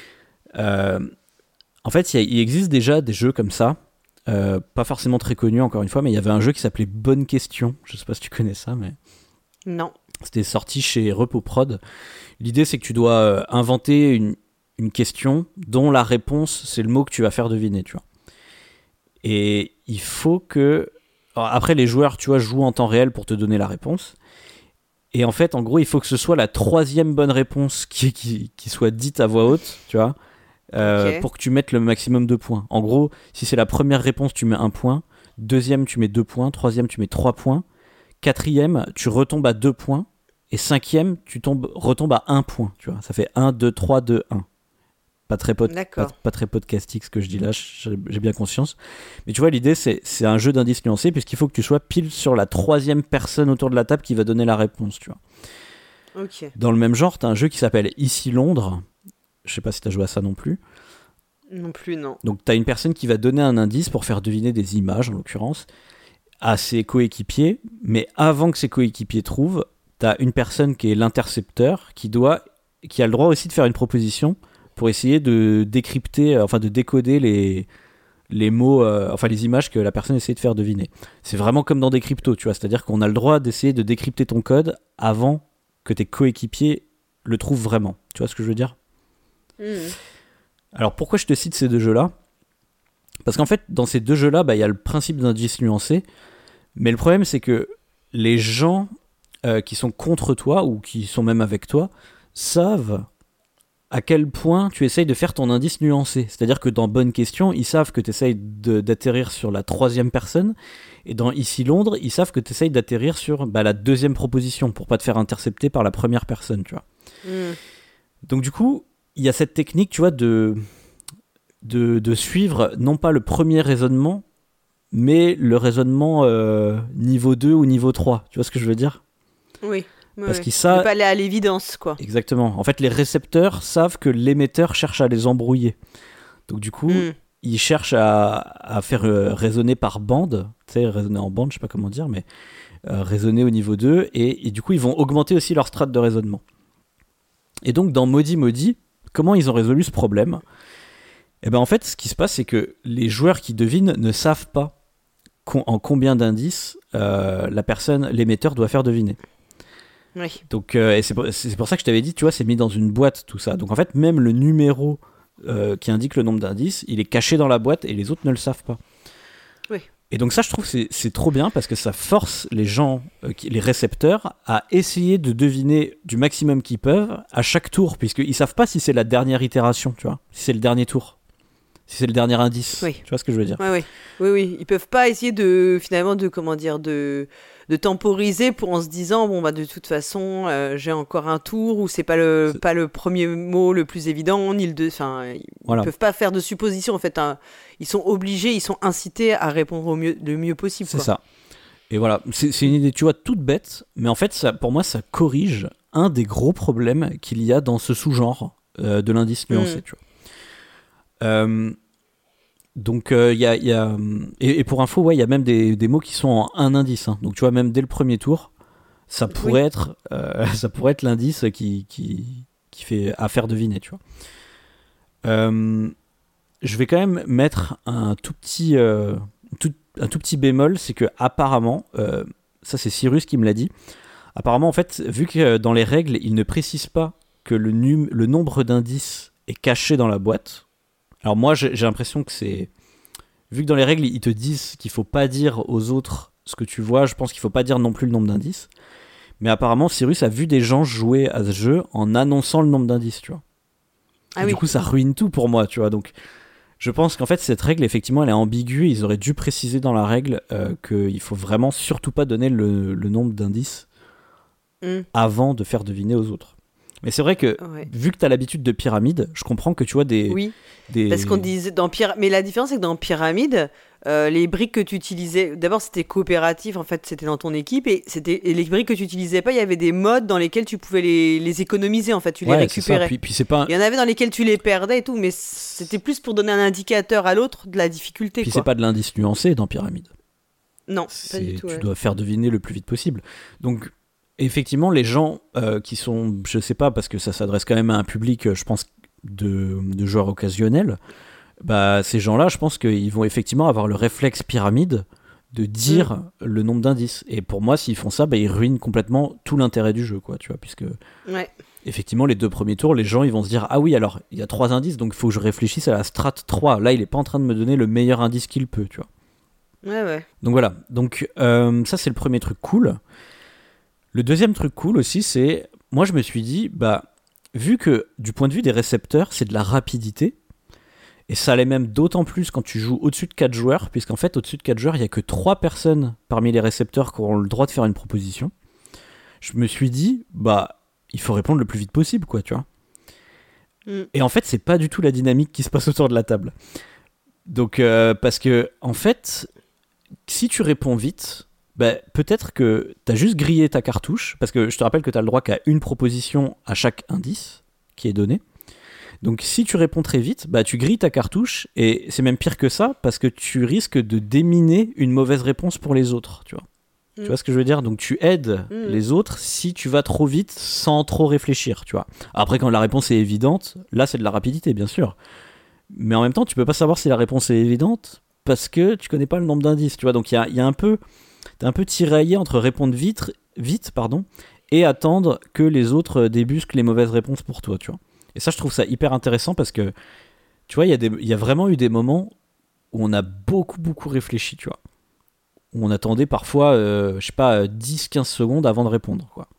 euh, en fait, il, y a, il existe déjà des jeux comme ça, euh, pas forcément très connus, encore une fois, mais il y avait un jeu qui s'appelait Bonne Question. Je sais pas si tu connais ça, mais... Non. C'était sorti chez Repoprod. L'idée, c'est que tu dois euh, inventer une, une question dont la réponse, c'est le mot que tu vas faire deviner, tu vois. Et il faut que... Alors, après, les joueurs, tu vois, jouent en temps réel pour te donner la réponse. Et en fait, en gros, il faut que ce soit la troisième bonne réponse qui, qui, qui soit dite à voix haute, tu vois, euh, okay. pour que tu mettes le maximum de points. En gros, si c'est la première réponse, tu mets un point. Deuxième, tu mets deux points. Troisième, tu mets trois points. Quatrième, tu retombes à deux points. Et cinquième, tu tombes, retombes à un point, tu vois. Ça fait un, deux, trois, deux, un. Pas très, pod- pas, pas très podcastique ce que je dis là, j'ai, j'ai bien conscience. Mais tu vois, l'idée, c'est, c'est un jeu d'indices nuancés, puisqu'il faut que tu sois pile sur la troisième personne autour de la table qui va donner la réponse, tu vois. Okay. Dans le même genre, tu as un jeu qui s'appelle Ici Londres. Je sais pas si tu as joué à ça non plus. Non plus, non. Donc, tu as une personne qui va donner un indice pour faire deviner des images, en l'occurrence, à ses coéquipiers. Mais avant que ses coéquipiers trouvent, tu as une personne qui est l'intercepteur, qui, doit, qui a le droit aussi de faire une proposition pour essayer de décrypter, enfin de décoder les, les mots, euh, enfin les images que la personne essaie de faire deviner. C'est vraiment comme dans des cryptos, tu vois, c'est-à-dire qu'on a le droit d'essayer de décrypter ton code avant que tes coéquipiers le trouvent vraiment. Tu vois ce que je veux dire ? Mmh. Alors pourquoi je te cite ces deux jeux-là ? Parce qu'en fait, dans ces deux jeux-là, bah, y a le principe d'indice nuancé, mais le problème c'est que les gens euh, qui sont contre toi ou qui sont même avec toi savent à quel point tu essayes de faire ton indice nuancé. C'est-à-dire que dans Bonne Question, ils savent que tu essayes de, d'atterrir sur la troisième personne, et dans Ici Londres, ils savent que tu essayes d'atterrir sur bah, la deuxième proposition, pour pas te faire intercepter par la première personne, tu vois. Mm. Donc du coup, il y a cette technique, tu vois, de, de, de suivre non pas le premier raisonnement, mais le raisonnement euh, niveau deux ou niveau trois. Tu vois ce que je veux dire ? Oui. Parce ouais, qu'ils savent... Ne pas aller à l'évidence, quoi. Exactement. En fait, les récepteurs savent que l'émetteur cherche à les embrouiller. Donc du coup, mm. ils cherchent à, à faire euh, raisonner par bande. Tu sais, raisonner en bande, je sais pas comment dire, mais euh, raisonner au niveau deux. Et, et du coup, ils vont augmenter aussi leur strate de raisonnement. Et donc, dans Maudit Maudit, comment ils ont résolu ce problème ? Eh ben, en fait, ce qui se passe, c'est que les joueurs qui devinent ne savent pas con- en combien d'indices euh, la personne, l'émetteur, doit faire deviner. Oui. Donc, euh, et c'est, pour, c'est pour ça que je t'avais dit, tu vois, c'est mis dans une boîte tout ça. Donc en fait, même le numéro euh, qui indique le nombre d'indices, il est caché dans la boîte et les autres ne le savent pas. Oui. Et donc ça, je trouve, c'est, c'est trop bien parce que ça force les gens, euh, qui, les récepteurs, à essayer de deviner du maximum qu'ils peuvent à chaque tour, puisqu'ils savent pas si c'est la dernière itération, tu vois, si c'est le dernier tour, si c'est le dernier indice. Oui. Tu vois ce que je veux dire ? Ouais, ouais. Oui, oui. Ils peuvent pas essayer de, finalement, de, comment dire, de, de temporiser pour en se disant, bon, bah, de toute façon, euh, j'ai encore un tour, ou c'est pas le, C'est- pas le premier mot le plus évident, ni le deux, enfin, ils Voilà. peuvent pas faire de suppositions, en fait, hein. Ils sont obligés, ils sont incités à répondre au mieux, le mieux possible, C'est quoi. ça. Et voilà, c'est, c'est une idée, tu vois, toute bête, mais en fait, ça, pour moi, ça corrige un des gros problèmes qu'il y a dans ce sous-genre euh, de l'indice nuancé, Mm. tu vois. Euh, donc, il euh, y a... Y a et, et pour info, ouais, il y a même des, des mots qui sont en un indice. Hein. Donc, tu vois, même dès le premier tour, ça pourrait, Oui. être, euh, ça pourrait être l'indice qui, qui, qui fait à faire deviner, tu vois. Euh, je vais quand même mettre un tout petit... Euh, tout, un tout petit bémol, c'est que apparemment, euh, ça c'est Cyrus qui me l'a dit, apparemment en fait, vu que dans les règles, il ne précise pas que le, num- le nombre d'indices est caché dans la boîte. Alors moi j'ai, j'ai l'impression que c'est... Vu que dans les règles, ils te disent qu'il faut pas dire aux autres ce que tu vois, je pense qu'il faut pas dire non plus le nombre d'indices. Mais apparemment, Cyrus a vu des gens jouer à ce jeu en annonçant le nombre d'indices, tu vois. Ah Et oui. du coup, ça ruine tout pour moi, tu vois. Donc, je pense qu'en fait, cette règle, effectivement, elle est ambiguë. Ils auraient dû préciser dans la règle euh, qu'il faut vraiment surtout pas donner le, le nombre d'indices Mm. avant de faire deviner aux autres. Mais c'est vrai que, Ouais. vu que tu as l'habitude de pyramide, je comprends que tu vois des... Oui. des... Parce qu'on disait dans Pyra- mais la différence c'est que dans Pyramide, euh, les briques que tu utilisais, d'abord c'était coopératif, en fait c'était dans ton équipe et c'était et les briques que tu utilisais pas, il y avait des modes dans lesquels tu pouvais les, les économiser en fait, tu les Ouais, c'est ça. récupérais. Puis, puis c'est pas... Il y en avait dans lesquels tu les perdais et tout, mais c'était plus pour donner un indicateur à l'autre de la difficulté Puis quoi. c'est pas de l'indice nuancé dans pyramide. Non, pas C'est, du tout. tu Ouais. dois faire deviner le plus vite possible. Donc, effectivement, les gens euh, qui sont, je sais pas, parce que ça s'adresse quand même à un public, euh, je pense, de, de joueurs occasionnels, bah, ces gens-là, je pense qu'ils vont effectivement avoir le réflexe pyramide de dire Mm. le nombre d'indices. Et pour moi, s'ils font ça, bah, ils ruinent complètement tout l'intérêt du jeu, quoi, tu vois, puisque Ouais. effectivement, les deux premiers tours, les gens, ils vont se dire, ah oui, alors, il y a trois indices, donc il faut que je réfléchisse à la strat trois. Là, il est pas en train de me donner le meilleur indice qu'il peut, tu vois. Ouais, ouais. Donc voilà, donc euh, ça c'est le premier truc cool. Le deuxième truc cool aussi, c'est, moi je me suis dit, bah, vu que du point de vue des récepteurs, c'est de la rapidité, et ça l'est même d'autant plus quand tu joues au-dessus de quatre joueurs, puisqu'en fait au-dessus de quatre joueurs, il n'y a que trois personnes parmi les récepteurs qui auront le droit de faire une proposition. Je me suis dit, bah, il faut répondre le plus vite possible, quoi, tu vois. Mm. Et en fait, c'est pas du tout la dynamique qui se passe autour de la table. Donc, euh, parce que, en fait, si tu réponds vite, bah, peut-être que t'as juste grillé ta cartouche, parce que je te rappelle que t'as le droit qu'à une proposition à chaque indice qui est donné. Donc si tu réponds très vite, bah, tu grilles ta cartouche, et c'est même pire que ça, parce que tu risques de déminer une mauvaise réponse pour les autres, tu vois. Mm. Tu vois ce que je veux dire ? Donc tu aides Mm. les autres si tu vas trop vite sans trop réfléchir, tu vois. Après, quand la réponse est évidente, là c'est de la rapidité, bien sûr. Mais en même temps, tu peux pas savoir si la réponse est évidente parce que tu connais pas le nombre d'indices, tu vois. Donc il y a, y a un peu... T'es un peu tiraillé entre répondre vite, vite pardon, et attendre que les autres débusquent les mauvaises réponses pour toi, tu vois. Et ça, je trouve ça hyper intéressant parce que, tu vois, il y, a des- y a vraiment eu des moments où on a beaucoup, beaucoup réfléchi, tu vois. Où on attendait parfois, euh, je sais pas, dix à quinze secondes avant de répondre, quoi.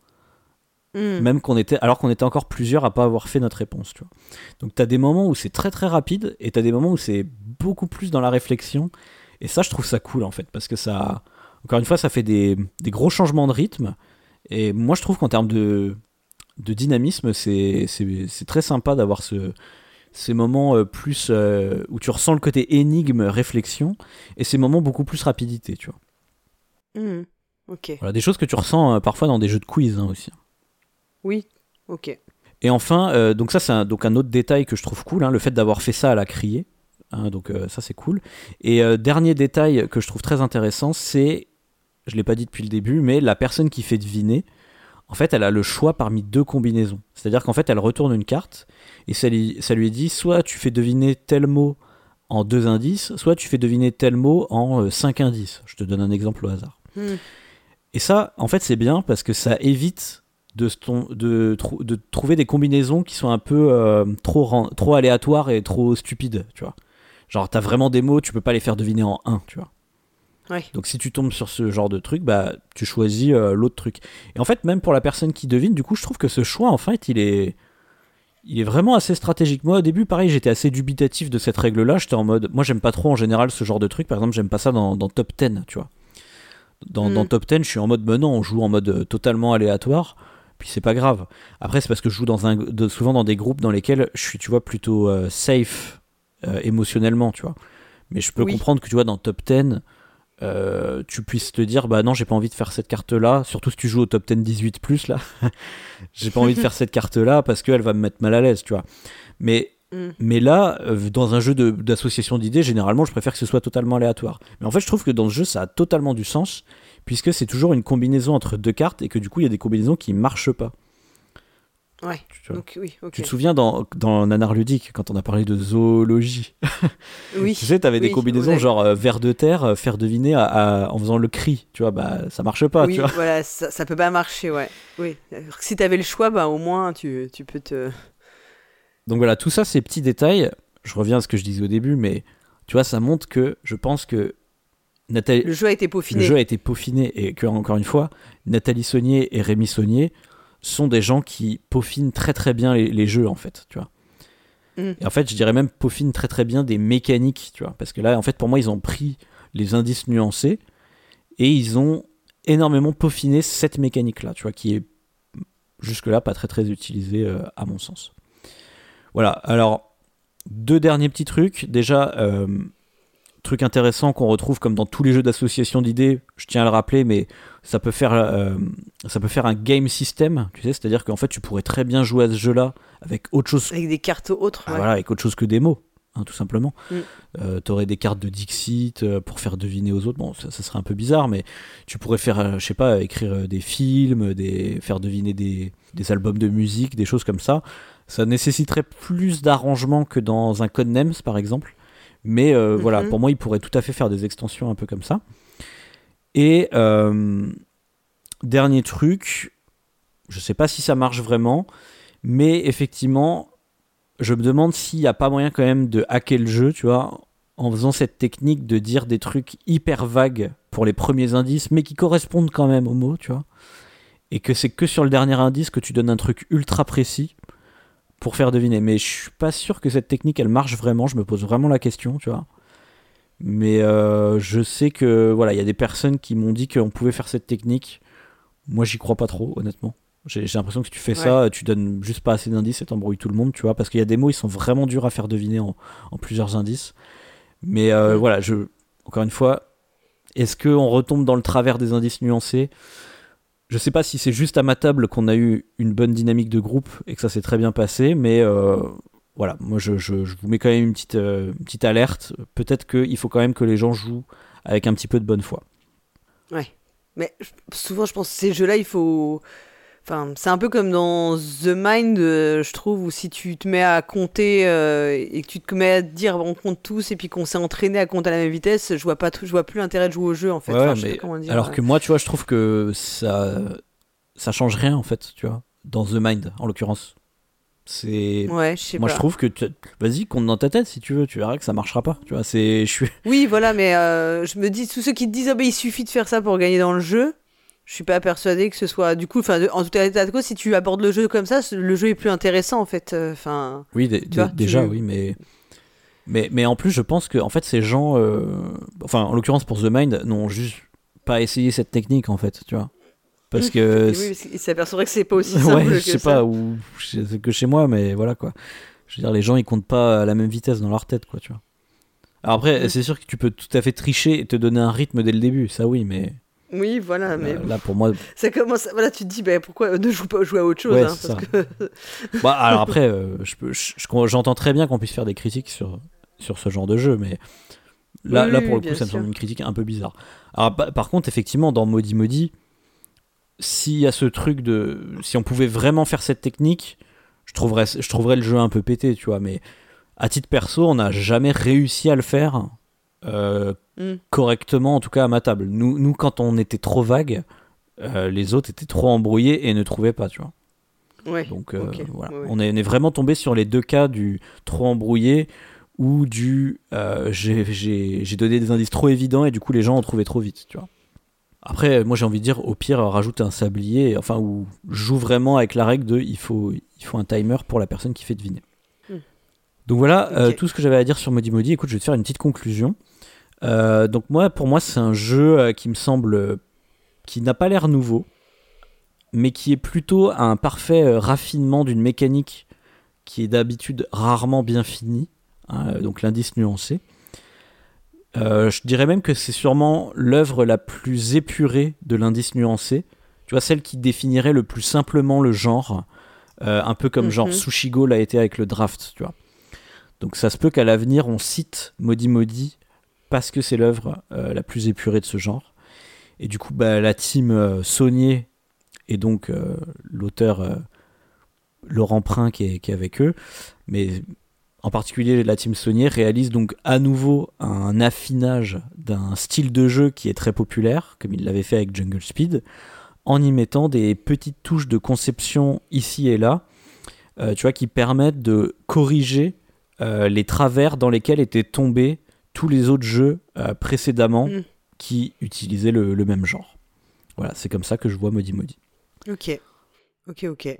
Mm. Même qu'on était, alors qu'on était encore plusieurs à pas avoir fait notre réponse, tu vois. Donc t'as des moments où c'est très très rapide et t'as des moments où c'est beaucoup plus dans la réflexion. Et ça, je trouve ça cool en fait, parce que ça, encore une fois, ça fait des, des gros changements de rythme. Et moi, je trouve qu'en termes de, de dynamisme, c'est, c'est, c'est très sympa d'avoir ce, ces moments euh, plus euh, où tu ressens le côté énigme, réflexion, et ces moments beaucoup plus rapidité, tu vois. Mm. Ok. Voilà, des choses que tu ressens euh, parfois dans des jeux de quiz hein, aussi. Oui. Ok. Et enfin, euh, donc ça c'est un, donc un autre détail que je trouve cool, hein, le fait d'avoir fait ça à la criée. Hein, donc euh, ça c'est cool. Et euh, dernier détail que je trouve très intéressant, c'est, je l'ai pas dit depuis le début, mais la personne qui fait deviner, en fait elle a le choix parmi deux combinaisons. C'est-à-dire qu'en fait elle retourne une carte et ça lui, ça lui dit soit tu fais deviner tel mot en deux indices, soit tu fais deviner tel mot en euh, cinq indices. Je te donne un exemple au hasard. Mm. Et ça, en fait, c'est bien parce que ça évite de, ton, de, trou- de trouver des combinaisons qui sont un peu euh, trop, ran- trop aléatoires et trop stupides, tu vois. Genre, t'as vraiment des mots, tu peux pas les faire deviner en un, tu vois. Ouais. Donc si tu tombes sur ce genre de truc, bah tu choisis euh, l'autre truc. Et en fait, même pour la personne qui devine, du coup, je trouve que ce choix, en fait, il est, il est vraiment assez stratégique. Moi, au début, pareil, j'étais assez dubitatif de cette règle-là. J'étais en mode, moi, j'aime pas trop en général ce genre de truc. Par exemple, j'aime pas ça dans, dans Top dix, tu vois. Dans, Mm. dans Top dix, je suis en mode, ben non, on joue en mode euh, totalement aléatoire. Puis c'est pas grave. Après, c'est parce que je joue dans un, de, souvent dans des groupes dans lesquels je suis, tu vois, plutôt euh, safe euh, émotionnellement, tu vois. Mais je peux Oui. comprendre que, tu vois, dans Top dix, euh, tu puisses te dire, bah non, j'ai pas envie de faire cette carte-là. Surtout si tu joues au Top dix dix-huit plus, là. J'ai pas envie de faire cette carte-là parce qu'elle va me mettre mal à l'aise, tu vois. Mais, Mm. mais là, euh, dans un jeu de, d'association d'idées, généralement, je préfère que ce soit totalement aléatoire. Mais en fait, je trouve que dans ce jeu, ça a totalement du sens, puisque c'est toujours une combinaison entre deux cartes et que du coup, il y a des combinaisons qui marchent pas. Ouais. Tu vois. Donc, oui, ok. Tu te souviens dans, dans Nanar Ludique, quand on a parlé de zoologie, Oui. tu sais, t'avais oui, des combinaisons on a- genre euh, vers de terre, euh, faire deviner à, à- en faisant le cri, tu vois, bah ça marche pas, Oui, tu vois. voilà, ça, ça peut pas marcher, ouais. Oui. Alors que si t'avais le choix, bah au moins tu, tu peux te. Donc voilà, tout ça, ces petits détails, je reviens à ce que je disais au début, mais tu vois, ça montre que je pense que Nathalie, Le jeu a été le peaufiné. jeu a été peaufiné et que, encore une fois, Nathalie Saunier et Rémi Saunier sont des gens qui peaufinent très très bien les, les jeux, en fait, tu vois. Mm. Et en fait, je dirais même peaufinent très très bien des mécaniques, tu vois. Parce que là, en fait, pour moi, ils ont pris les indices nuancés et ils ont énormément peaufiné cette mécanique-là, tu vois, qui est jusque-là pas très très utilisée euh, à mon sens. Voilà, alors, deux derniers petits trucs. Déjà, euh, truc intéressant qu'on retrouve comme dans tous les jeux d'association d'idées, je tiens à le rappeler, mais ça peut faire, euh, ça peut faire un game system, tu sais, c'est-à-dire qu'en fait, tu pourrais très bien jouer à ce jeu-là avec autre chose, Avec des cartes autres. ah, Ouais. voilà, avec autre chose que des mots, hein, tout simplement. Mm. Euh, t'aurais des cartes de Dixit euh, pour faire deviner aux autres. Bon, ça, ça serait un peu bizarre, mais tu pourrais faire, euh, je sais pas, écrire euh, des films, des, faire deviner des, des albums de musique, des choses comme ça. Ça nécessiterait plus d'arrangement que dans un Codenames, par exemple. Mais euh, Mhm. voilà, pour moi, il pourrait tout à fait faire des extensions un peu comme ça. Et euh, dernier truc, je sais pas si ça marche vraiment, mais effectivement, je me demande s'il n'y a pas moyen quand même de hacker le jeu, tu vois, en faisant cette technique de dire des trucs hyper vagues pour les premiers indices, mais qui correspondent quand même aux mots, tu vois. Et que c'est que sur le dernier indice que tu donnes un truc ultra précis pour faire deviner. Mais je suis pas sûr que cette technique, elle marche vraiment. Je me pose vraiment la question, tu vois. Mais euh, je sais que voilà, il y a des personnes qui m'ont dit qu'on pouvait faire cette technique. Moi, j'y crois pas trop, honnêtement. J'ai, j'ai l'impression que si tu fais Ouais. ça, tu donnes juste pas assez d'indices et t'embrouilles tout le monde, tu vois. Parce qu'il y a des mots, ils sont vraiment durs à faire deviner en, en plusieurs indices. Mais euh, Mm. voilà, je, encore une fois, est-ce qu'on retombe dans le travers des indices nuancés ? Je sais pas si c'est juste à ma table qu'on a eu une bonne dynamique de groupe et que ça s'est très bien passé, mais euh, voilà, moi je, je, je vous mets quand même une petite, euh, une petite alerte. Peut-être qu'il faut quand même que les gens jouent avec un petit peu de bonne foi. Ouais. Mais je- souvent, je pense que ces jeux-là, il faut. Enfin, c'est un peu comme dans The Mind, euh, je trouve, où si tu te mets à compter euh, et que tu te mets à te dire on compte tous et puis qu'on s'est entraîné à compter à la même vitesse, je vois pas, tout- je vois plus l'intérêt de jouer au jeu en fait. Ouais, Enfin, ouais, je sais mais pas comment dire. alors euh. que moi, tu vois, je trouve que ça, ça change rien en fait, tu vois, dans The Mind en l'occurrence. C'est, Ouais, je sais moi pas. je trouve que tu- vas-y, compte dans ta tête si tu veux, tu verras que ça marchera pas, tu vois. C'est, je suis, Oui, voilà, mais euh, je me dis, tous ceux qui te disent ah ben il suffit de faire ça pour gagner dans le jeu, je suis pas persuadé que ce soit. Du coup, enfin, de- en tout état de cause, si tu abordes le jeu comme ça, c- le jeu est plus intéressant en fait. euh, Enfin, oui, dé- tu dé- vois, déjà tu. oui, mais. Mais, mais en plus, je pense que en fait, ces gens, euh, enfin, en l'occurrence pour The Mind, n'ont juste pas essayé cette technique en fait, tu vois. Parce que, Et oui, parce qu'il s'apercevrait que c'est pas aussi ouais, simple je que sais ça. pas, ou c'est que chez moi, mais voilà quoi. Je veux dire, les gens ils comptent pas à la même vitesse dans leur tête, quoi, tu vois. Alors après, Mm. c'est sûr que tu peux tout à fait tricher et te donner un rythme dès le début, ça oui, mais Oui, voilà, mais là, bon, là, pour moi, ça commence. Voilà, tu te dis, ben pourquoi ne joue pas jouer à autre chose, ouais, hein, c'est parce ça. que. Bah alors après, euh, je peux, je- je- j'entends très bien qu'on puisse faire des critiques sur sur ce genre de jeu, mais là, Oui, là oui, pour oui, le coup, bien ça me sûr. semble une critique un peu bizarre. Alors pa- par contre, effectivement, dans Modi Modi, s'il y a ce truc de, si on pouvait vraiment faire cette technique, je trouverais, je trouverais le jeu un peu pété, tu vois. Mais à titre perso, on n'a jamais réussi à le faire euh, Mm. correctement, en tout cas à ma table. Nous, nous quand on était trop vague, euh, les autres étaient trop embrouillés et ne trouvaient pas, tu vois. Ouais, Donc euh, ok. voilà, Ouais, ouais. on, est, on est vraiment tombé sur les deux cas du trop embrouillé ou du euh, j'ai, j'ai, j'ai donné des indices trop évidents et du coup les gens ont trouvé trop vite, tu vois. Après, moi j'ai envie de dire, au pire, rajoute un sablier, enfin, ou joue vraiment avec la règle de il faut, il faut un timer pour la personne qui fait deviner. Mm. Donc voilà, okay. euh, tout ce que j'avais à dire sur Modi Modi. Écoute, je vais te faire une petite conclusion. Euh, donc moi, pour moi, c'est un jeu euh, qui me semble, euh, qui n'a pas l'air nouveau, mais qui est plutôt un parfait euh, raffinement d'une mécanique qui est d'habitude rarement bien finie, hein, donc l'indice nuancé. Euh, je dirais même que c'est sûrement l'œuvre la plus épurée de l'indice nuancé, tu vois, celle qui définirait le plus simplement le genre, euh, un peu comme mm-hmm. genre Sushigo l'a été avec le draft, tu vois. Donc ça se peut qu'à l'avenir on cite Modi Modi parce que c'est l'œuvre euh, la plus épurée de ce genre. Et du coup, bah, la team euh, Saunier et donc euh, l'auteur euh, Laurent Prin qui est, qui est avec eux, mais en particulier la team Saunier réalise donc à nouveau un affinage d'un style de jeu qui est très populaire, comme il l'avait fait avec Jungle Speed, en y mettant des petites touches de conception ici et là, euh, tu vois, qui permettent de corriger euh, les travers dans lesquels étaient tombés tous les autres jeux euh, précédemment mm. qui utilisaient le, le même genre. Voilà, c'est comme ça que je vois Modi Modi. Ok, ok, ok.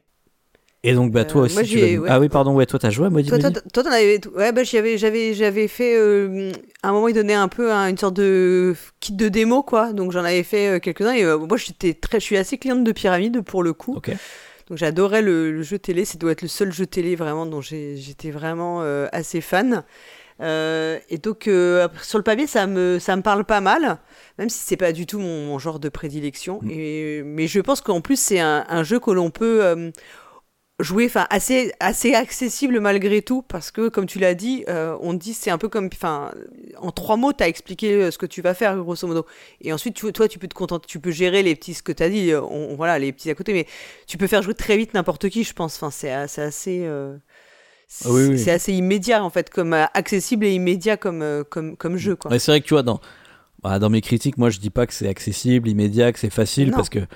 Et donc, bah, toi euh, aussi, moi, tu vas... ouais. Ah oui, pardon, ouais, toi, t'as joué à Modi Modi. Toi, toi, toi, t'en avais... Ouais, bah, j'avais, j'avais, j'avais fait... Euh, à un moment, il donnait un peu hein, une sorte de kit de démo, quoi. Donc, j'en avais fait euh, quelques-uns. Et euh, moi, j'étais très... je suis assez cliente de Pyramide, pour le coup. Ok. Donc, j'adorais le, le jeu télé. Ça doit être le seul jeu télé, vraiment, dont j'ai, j'étais vraiment euh, assez fan. Euh, et donc, euh, sur le papier, ça me, ça me parle pas mal, même si c'est pas du tout mon, mon genre de prédilection. Mmh. Et, mais je pense qu'en plus, c'est un, un jeu que l'on peut... Euh, jouer, enfin assez assez accessible malgré tout, parce que comme tu l'as dit, euh, on dit c'est un peu comme, enfin en trois mots t'as expliqué ce que tu vas faire grosso modo, et ensuite tu, toi tu peux te contenter, tu peux gérer les petits, ce que t'as dit, on, voilà les petits à côté, mais tu peux faire jouer très vite n'importe qui, je pense. Enfin c'est, c'est assez euh, c'est, ah oui, oui. c'est assez immédiat en fait, comme euh, accessible et immédiat comme euh, comme comme jeu, quoi. Ouais, c'est vrai que tu vois, dans bah, dans mes critiques, moi je dis pas que c'est accessible, immédiat, que c'est facile, non. Parce que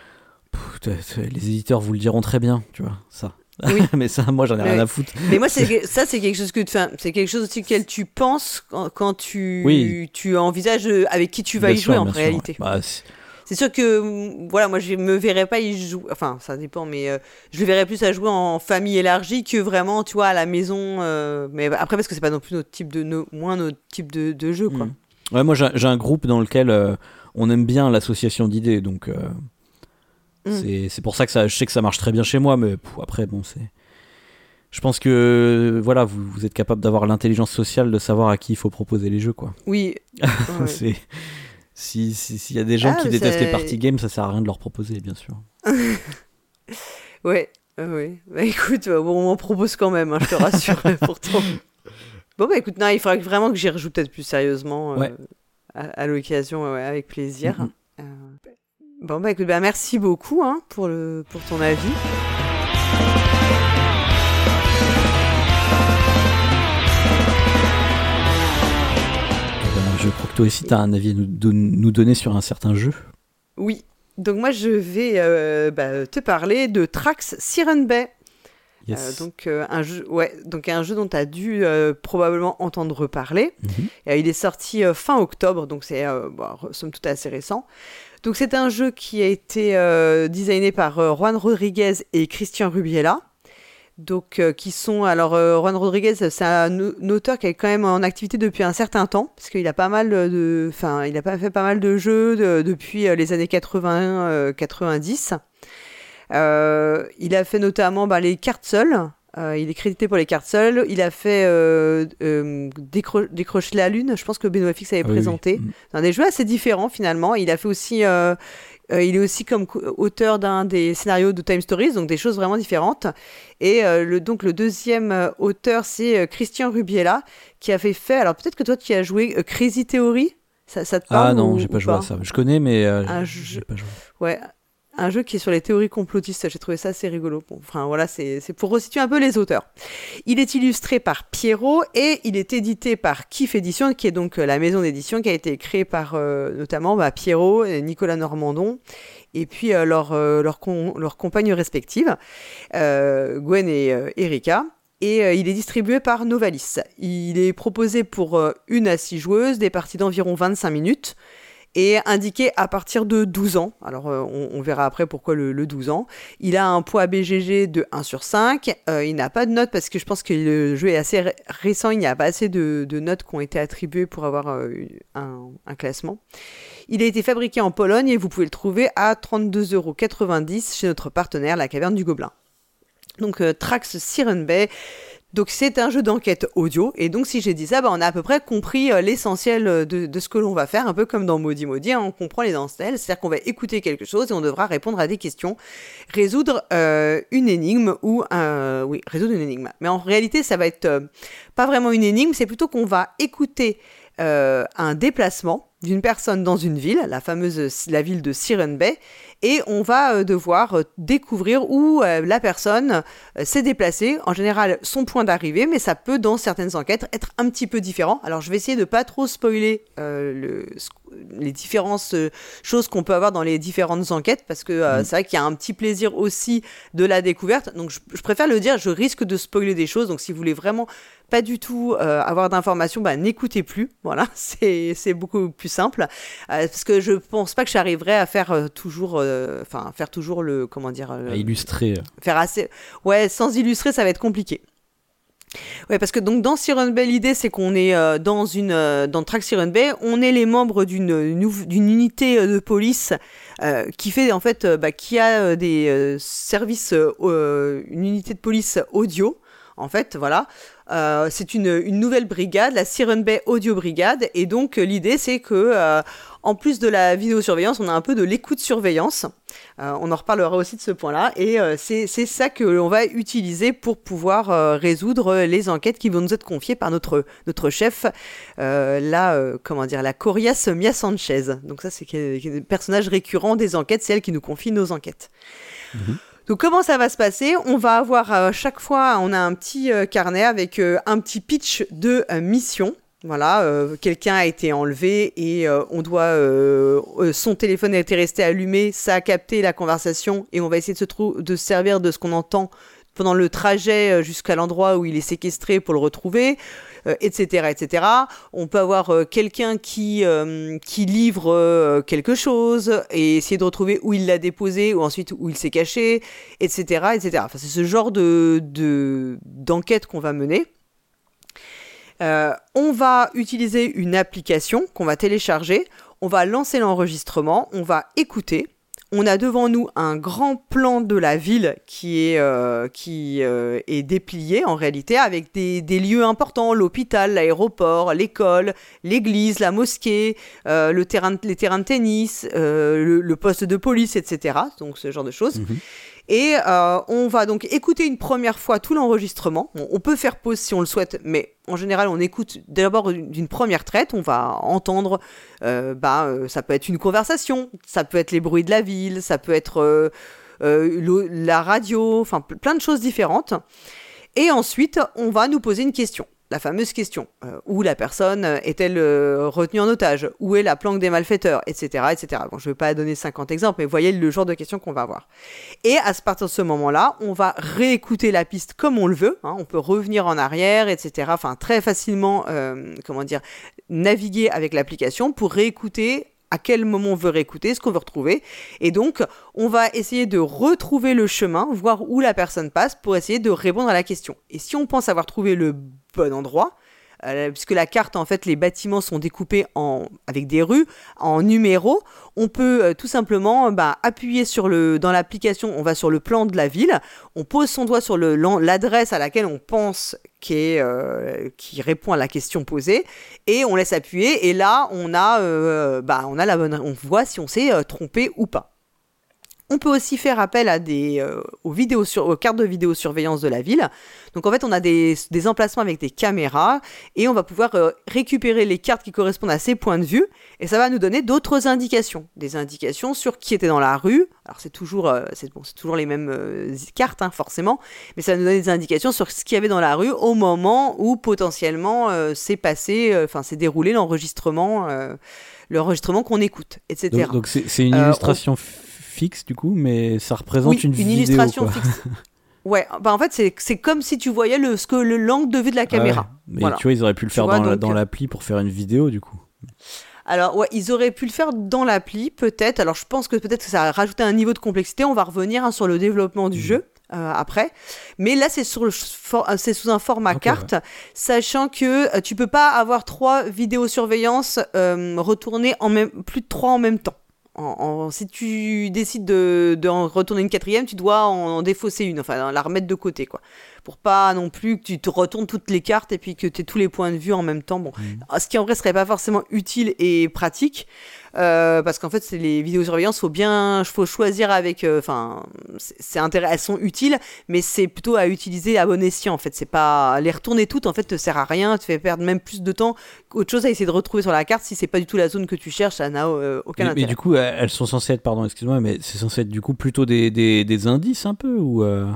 pff, les éditeurs vous le diront très bien, tu vois ça. Oui. Mais ça, moi, j'en ai mais rien oui. à foutre. Mais moi, c'est, ça, c'est quelque chose que, enfin, c'est quelque chose aussi auquel tu penses quand, quand tu, oui. tu envisages avec qui tu vas bien y jouer sûr, en réalité. Sûr, ouais. Bah, c'est... c'est sûr que, voilà, moi, je me verrais pas y jouer. Enfin, ça dépend, mais euh, je le verrais plus à jouer en famille élargie que vraiment, tu vois, à la maison. Euh, mais après, parce que c'est pas non plus notre type de, no, moins notre type de, de jeu, quoi. Mmh. Ouais, moi, j'ai, j'ai un groupe dans lequel euh, on aime bien l'association d'idées, donc. Euh... C'est, c'est pour ça que ça, je sais que ça marche très bien chez moi, mais pff, après, bon, c'est... Je pense que, voilà, vous, vous êtes capable d'avoir l'intelligence sociale de savoir à qui il faut proposer les jeux, quoi. Oui. Ouais. c'est... Si, si, s'il y a des gens ah, qui détestent c'est... les party games, ça sert à rien de leur proposer, bien sûr. ouais, ouais. Bah écoute, bon, on m'en propose quand même, hein, je te rassure, pourtant. Bon, bah écoute, non, il faudra vraiment que j'y rejoue peut-être plus sérieusement euh, ouais. à, à l'occasion, ouais, avec plaisir. Mm-hmm. Euh... Bon, bah écoute, bah, merci beaucoup hein, pour, le, pour ton avis. Eh ben, je crois que toi aussi, tu as un avis à nous, don- nous donner sur un certain jeu. Oui, donc moi je vais euh, bah, te parler de Trax Siren Bay. Yes. Euh, donc, euh, un jeu, ouais, donc un jeu dont tu as dû euh, probablement entendre parler. Mm-hmm. Euh, il est sorti euh, fin octobre, donc c'est euh, bon, somme toute assez récent. Donc c'est un jeu qui a été euh, designé par euh, Juan Rodriguez et Christian Rubiela. Donc euh, qui sont alors euh, Juan Rodriguez, c'est un, un auteur qui est quand même en activité depuis un certain temps, parce qu'il a pas mal de, enfin il a pas fait pas mal de jeux de, depuis euh, les années quatre-vingts quatre-vingt-dix. Euh, il a fait notamment bah, les cartes seules. Euh, il est crédité pour les cartes seules. Il a fait euh, euh, Décro- Décrocher la Lune. Je pense que Benoît Fix avait ah, présenté. Oui, oui. Dans des jeux assez différents finalement. Il a fait aussi, euh, euh, il est aussi comme auteur d'un des scénarios de Time Stories, donc des choses vraiment différentes. Et euh, le, donc le deuxième euh, auteur, c'est euh, Christian Rubiela, qui a fait fait. Alors peut-être que toi tu as joué euh, Crazy Theory. Ça, ça te parle? Ah non, ou, j'ai pas ou joué pas à ça. Je connais, mais euh, un j'ai, jeu... j'ai pas joué. Ouais. Un jeu qui est sur les théories complotistes, j'ai trouvé ça assez rigolo. Bon, enfin voilà, c'est, c'est pour resituer un peu les auteurs. Il est illustré par Pierrot et il est édité par Kiff Édition, qui est donc la maison d'édition qui a été créée par euh, notamment bah, Pierrot, et Nicolas Normandon, et puis euh, leurs euh, leur con, leur compagnes respectives, euh, Gwen et euh, Erika. et euh, il est distribué par Novalis. Il est proposé pour euh, une à six joueuses, des parties d'environ vingt-cinq minutes, et indiqué à partir de douze ans. Alors, euh, on, on verra après pourquoi le, le douze ans. Il a un poids B G G de un sur cinq. Euh, il n'a pas de notes parce que je pense que le jeu est assez ré- récent. Il n'y a pas assez de, de notes qui ont été attribuées pour avoir euh, un, un classement. Il a été fabriqué en Pologne et vous pouvez le trouver à trente-deux euros quatre-vingt-dix chez notre partenaire, la Caverne du Gobelin. Donc, euh, Trax Siren Bay. Donc c'est un jeu d'enquête audio, et donc si j'ai dit ça, bah, on a à peu près compris euh, l'essentiel de, de ce que l'on va faire, un peu comme dans Maudit Maudit, hein, on comprend les dentelles, c'est-à-dire qu'on va écouter quelque chose et on devra répondre à des questions, résoudre euh, une énigme ou un... Oui, résoudre une énigme. Mais en réalité, ça va être euh, pas vraiment une énigme, c'est plutôt qu'on va écouter euh, un déplacement d'une personne dans une ville, la fameuse la ville de Siren Bay, et on va euh, devoir euh, découvrir où euh, la personne euh, s'est déplacée. En général, son point d'arrivée, mais ça peut, dans certaines enquêtes, être un petit peu différent. Alors, je vais essayer de pas trop spoiler euh, le, les différentes euh, choses qu'on peut avoir dans les différentes enquêtes, parce que euh, mmh. c'est vrai qu'il y a un petit plaisir aussi de la découverte. Donc, je, je préfère le dire, je risque de spoiler des choses. Donc, si vous voulez vraiment pas du tout euh, avoir d'informations, bah, n'écoutez plus. Voilà, c'est, c'est beaucoup plus simple. Euh, parce que je pense pas que j'arriverai à faire euh, toujours... Enfin, euh, faire toujours le... Comment dire euh, À illustrer. Faire assez... Ouais, sans illustrer, ça va être compliqué. Ouais, parce que donc dans Siren Bay, l'idée c'est qu'on est euh, dans une euh, dans Trax Siren Bay, on est les membres d'une une, d'une unité euh, de police euh, qui fait en fait euh, bah, qui a euh, des euh, services euh, une unité de police audio. En fait, voilà, euh, c'est une, une nouvelle brigade, la Siren Bay Audio Brigade, et donc euh, l'idée c'est que, euh, en plus de la vidéosurveillance, on a un peu de l'écoute-surveillance. Euh, on en reparlera aussi de ce point-là, et euh, c'est, c'est ça que l'on va utiliser pour pouvoir euh, résoudre les enquêtes qui vont nous être confiées par notre notre chef, euh, la euh, comment dire, la coriace Mia Sanchez. Donc ça, c'est le personnage récurrent des enquêtes, c'est elle qui nous confie nos enquêtes. Mmh. Donc comment ça va se passer ? On va avoir euh, chaque fois, on a un petit euh, carnet avec euh, un petit pitch de euh, mission. Voilà, euh, quelqu'un a été enlevé et euh, on doit, euh, euh, son téléphone a été resté allumé, ça a capté la conversation et on va essayer de se, trou- de se servir de ce qu'on entend pendant le trajet jusqu'à l'endroit où il est séquestré pour le retrouver, euh, et cetera, et cetera. On peut avoir euh, quelqu'un qui, euh, qui livre euh, quelque chose et essayer de retrouver où il l'a déposé ou ensuite où il s'est caché, et cetera, et cetera. Enfin, c'est ce genre de, de, d'enquête qu'on va mener. Euh, on va utiliser une application qu'on va télécharger, on va lancer l'enregistrement, on va écouter. On a devant nous un grand plan de la ville qui est, euh, qui, euh, est déplié en réalité avec des, des lieux importants, l'hôpital, l'aéroport, l'école, l'église, la mosquée, euh, le terrain, les terrains de tennis, euh, le, le poste de police, et cetera. Donc ce genre de choses. Mmh. Et euh, on va donc écouter une première fois tout l'enregistrement. Bon, on peut faire pause si on le souhaite, mais en général, on écoute d'abord d'une première traite. On va entendre, euh, bah, euh, ça peut être une conversation, ça peut être les bruits de la ville, ça peut être euh, euh, la radio, enfin plein de choses différentes. Et ensuite, on va nous poser une question. La fameuse question, euh, où la personne est-elle euh, retenue en otage ? Où est la planque des malfaiteurs ? Etc. et cetera. Bon, je ne vais pas donner cinquante exemples, mais vous voyez le genre de questions qu'on va avoir. Et à partir de ce moment-là, on va réécouter la piste comme on le veut. Hein, on peut revenir en arrière, et cetera. Enfin, très facilement, euh, comment dire, naviguer avec l'application pour réécouter à quel moment on veut réécouter, ce qu'on veut retrouver. Et donc, on va essayer de retrouver le chemin, voir où la personne passe pour essayer de répondre à la question. Et si on pense avoir trouvé le bon endroit, euh, puisque la carte, en fait, les bâtiments sont découpés en, avec des rues, en numéros, on peut euh, tout simplement bah, appuyer sur le, dans l'application, on va sur le plan de la ville, on pose son doigt sur le, l'adresse à laquelle on pense qui, est, euh, qui répond à la question posée, et on laisse appuyer, et là, on a, euh, bah, on a la bonne, on voit si on s'est euh, trompé ou pas. On peut aussi faire appel à des, euh, aux, vidéos sur, aux cartes de vidéosurveillance de la ville. Donc en fait, on a des, des emplacements avec des caméras et on va pouvoir euh, récupérer les cartes qui correspondent à ces points de vue et ça va nous donner d'autres indications. Des indications sur qui était dans la rue. Alors c'est toujours, euh, c'est, bon, c'est toujours les mêmes euh, cartes, hein, forcément, mais ça va nous donner des indications sur ce qu'il y avait dans la rue au moment où potentiellement euh, s'est passé, enfin euh, s'est déroulé l'enregistrement, euh, l'enregistrement qu'on écoute, et cetera. Donc, donc c'est, c'est une illustration... Euh, on... fixe du coup, mais ça représente oui, une, une vidéo. Illustration quoi. fixe. Ouais, bah en fait, c'est, c'est comme si tu voyais le, ce que, le l'angle de vue de la caméra. Ah ouais. Mais voilà. tu vois, ils auraient pu le faire vois, dans, la, donc... dans l'appli pour faire une vidéo, du coup. Alors, ouais, ils auraient pu le faire dans l'appli, peut-être. Alors, je pense que peut-être que ça a rajouté un niveau de complexité. On va revenir hein, sur le développement du mmh. jeu euh, après. Mais là, c'est, sur le for- c'est sous un format okay, carte, ouais. sachant que euh, tu peux pas avoir trois vidéosurveillances euh, retournées en même, plus de trois en même temps. En, en, si tu décides de, de en retourner une quatrième, tu dois en, en défausser une, enfin la remettre de côté, quoi. Pour pas non plus que tu te retournes toutes les cartes et puis que tu aies tous les points de vue en même temps. Bon, mmh. Ce qui en vrai serait pas forcément utile et pratique, euh, parce qu'en fait, c'est les vidéosurveillances, faut bien, faut choisir avec, enfin, euh, c'est, c'est intéressant, elles sont utiles, mais c'est plutôt à utiliser à bon escient. En fait, c'est pas les retourner toutes. En fait, te sert à rien, te fait perdre même plus de temps qu'autre chose à essayer de retrouver sur la carte. Si c'est pas du tout la zone que tu cherches, ça n'a euh, aucun mais, intérêt. Mais du coup, elles sont censées être, pardon, excuse-moi, mais c'est censé être du coup plutôt des des, des indices un peu ou euh...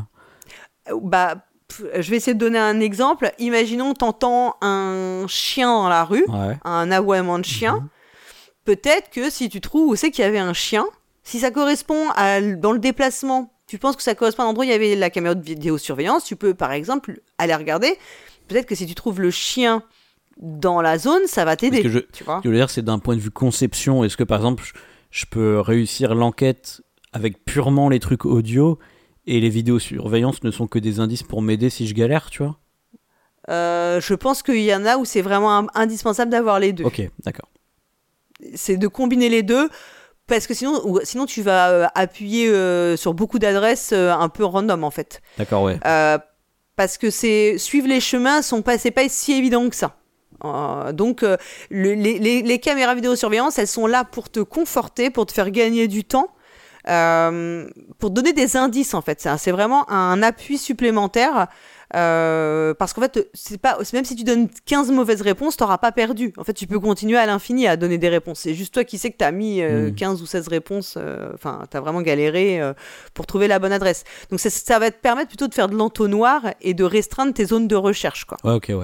Bah. Je vais essayer de donner un exemple. Imaginons, t'entends un chien dans la rue, ouais. un aboiement de chien. Mmh. Peut-être que si tu trouves où c'est qu'il y avait un chien, si ça correspond à, dans le déplacement, tu penses que ça correspond à un endroit où il y avait la caméra de vidéosurveillance, tu peux par exemple aller regarder. Peut-être que si tu trouves le chien dans la zone, ça va t'aider. Ce que je, tu vois ce que je veux dire, c'est d'un point de vue conception. Est-ce que par exemple, je, je peux réussir l'enquête avec purement les trucs audio et les vidéosurveillances ne sont que des indices pour m'aider si je galère, tu vois ? euh, Je pense qu'il y en a où c'est vraiment indispensable d'avoir les deux. Ok, d'accord. C'est de combiner les deux, parce que sinon, ou, sinon tu vas euh, appuyer euh, sur beaucoup d'adresses euh, un peu random, en fait. D'accord, ouais. Euh, parce que c'est, suivre les chemins, sont pas, c'est pas si évident que ça. Euh, donc, euh, le, les, les, les caméras vidéosurveillance, elles sont là pour te conforter, pour te faire gagner du temps. Euh, pour donner des indices en fait, c'est, c'est vraiment un appui supplémentaire euh, parce qu'en fait c'est pas, même si tu donnes quinze mauvaises réponses, t'auras pas perdu, en fait tu peux continuer à l'infini à donner des réponses, c'est juste toi qui sais que t'as mis euh, mmh. quinze ou seize réponses, enfin euh, t'as vraiment galéré euh, pour trouver la bonne adresse, donc ça, ça va te permettre plutôt de faire de l'entonnoir et de restreindre tes zones de recherche, quoi. Ouais, ok, ouais.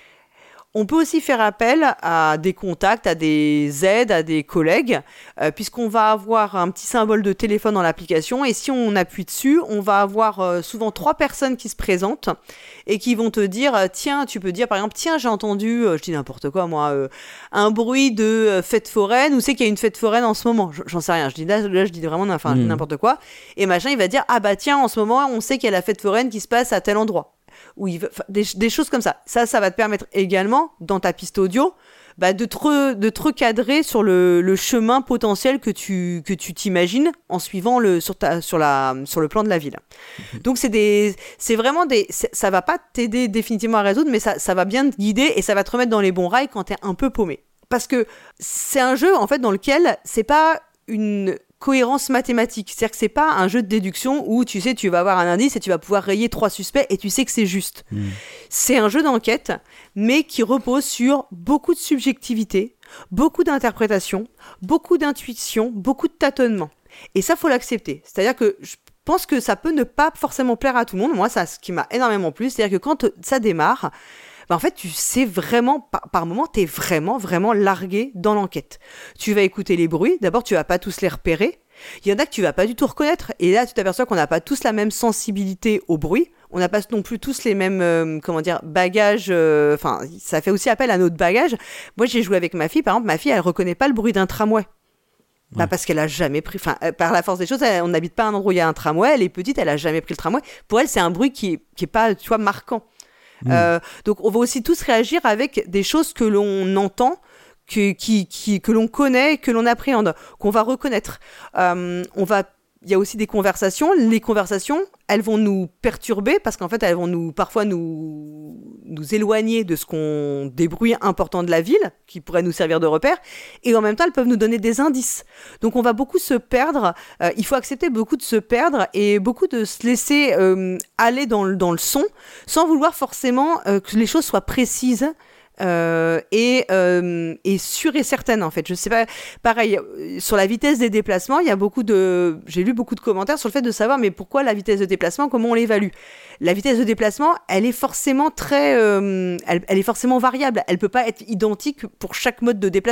On peut aussi faire appel à des contacts, à des aides, à des collègues, euh, puisqu'on va avoir un petit symbole de téléphone dans l'application et si on appuie dessus, on va avoir euh, souvent trois personnes qui se présentent et qui vont te dire, euh, tiens, tu peux dire par exemple, tiens, j'ai entendu, euh, je dis n'importe quoi moi, euh, un bruit de euh, fête foraine, où c'est qu'il y a une fête foraine en ce moment, j'en sais rien, je dis là, là je dis vraiment enfin, mmh. n'importe quoi, et machin, il va dire, ah bah tiens, en ce moment, on sait qu'il y a la fête foraine qui se passe à tel endroit. Où il veut, des, des choses comme ça. Ça, ça va te permettre également, dans ta piste audio, bah, de, te re, de te recadrer sur le, le chemin potentiel que tu, que tu t'imagines en suivant le, sur, ta, sur, la, sur le plan de la ville. Mmh. Donc, c'est, des, c'est vraiment des... C'est, ça va pas t'aider définitivement à résoudre, mais ça, ça va bien te guider et ça va te remettre dans les bons rails quand t'es un peu paumé. Parce que c'est un jeu, en fait, dans lequel c'est pas une... cohérence mathématique, c'est-à-dire que c'est pas un jeu de déduction où tu sais tu vas avoir un indice et tu vas pouvoir rayer trois suspects et tu sais que c'est juste. Mmh. C'est un jeu d'enquête, mais qui repose sur beaucoup de subjectivité, beaucoup d'interprétation, beaucoup d'intuition, beaucoup de tâtonnement. Et ça, faut l'accepter. C'est-à-dire que je pense que ça peut ne pas forcément plaire à tout le monde. Moi, ça, ce qui m'a énormément plu, c'est-à-dire que quand ça démarre, ben en fait, tu sais vraiment, par, par moment, t'es vraiment, vraiment largué dans l'enquête. Tu vas écouter les bruits. D'abord, tu vas pas tous les repérer. Il y en a que tu vas pas du tout reconnaître. Et là, tu t'aperçois qu'on n'a pas tous la même sensibilité au bruit. On n'a pas non plus tous les mêmes, euh, comment dire, bagages. Enfin, euh, ça fait aussi appel à notre bagage. Moi, j'ai joué avec ma fille. Par exemple, ma fille, elle reconnaît pas le bruit d'un tramway. Bah parce qu'elle a jamais pris, enfin euh, par la force des choses, elle, on n'habite pas à un endroit où il y a un tramway. Elle est petite, elle a jamais pris le tramway. Pour elle, c'est un bruit qui est, qui est pas, tu vois, marquant. Mmh. Euh, donc on va aussi tous réagir avec des choses que l'on entend, que, qui, qui, que l'on connaît, que l'on appréhende, qu'on va reconnaître. Euh, on va, il y a aussi des conversations. Les conversations, elles vont nous perturber parce qu'en fait, elles vont nous parfois nous nous éloigner de ce qu'on des bruits importants de la ville qui pourraient nous servir de repère. Et en même temps, elles peuvent nous donner des indices. Donc, on va beaucoup se perdre. Euh, il faut accepter beaucoup de se perdre et beaucoup de se laisser euh, aller dans le dans le son, sans vouloir forcément euh, que les choses soient précises. Euh, et, euh, et sûre et certaine en fait. Je sais pas, pareil, sur la vitesse des déplacements, il y a beaucoup de... J'ai lu beaucoup de commentaires sur le fait de savoir mais pourquoi la vitesse de déplacement, comment on l'évalue. La vitesse de déplacement, elle est forcément très... Euh, elle, elle est forcément variable. Elle peut pas être identique pour chaque mode de déplacement.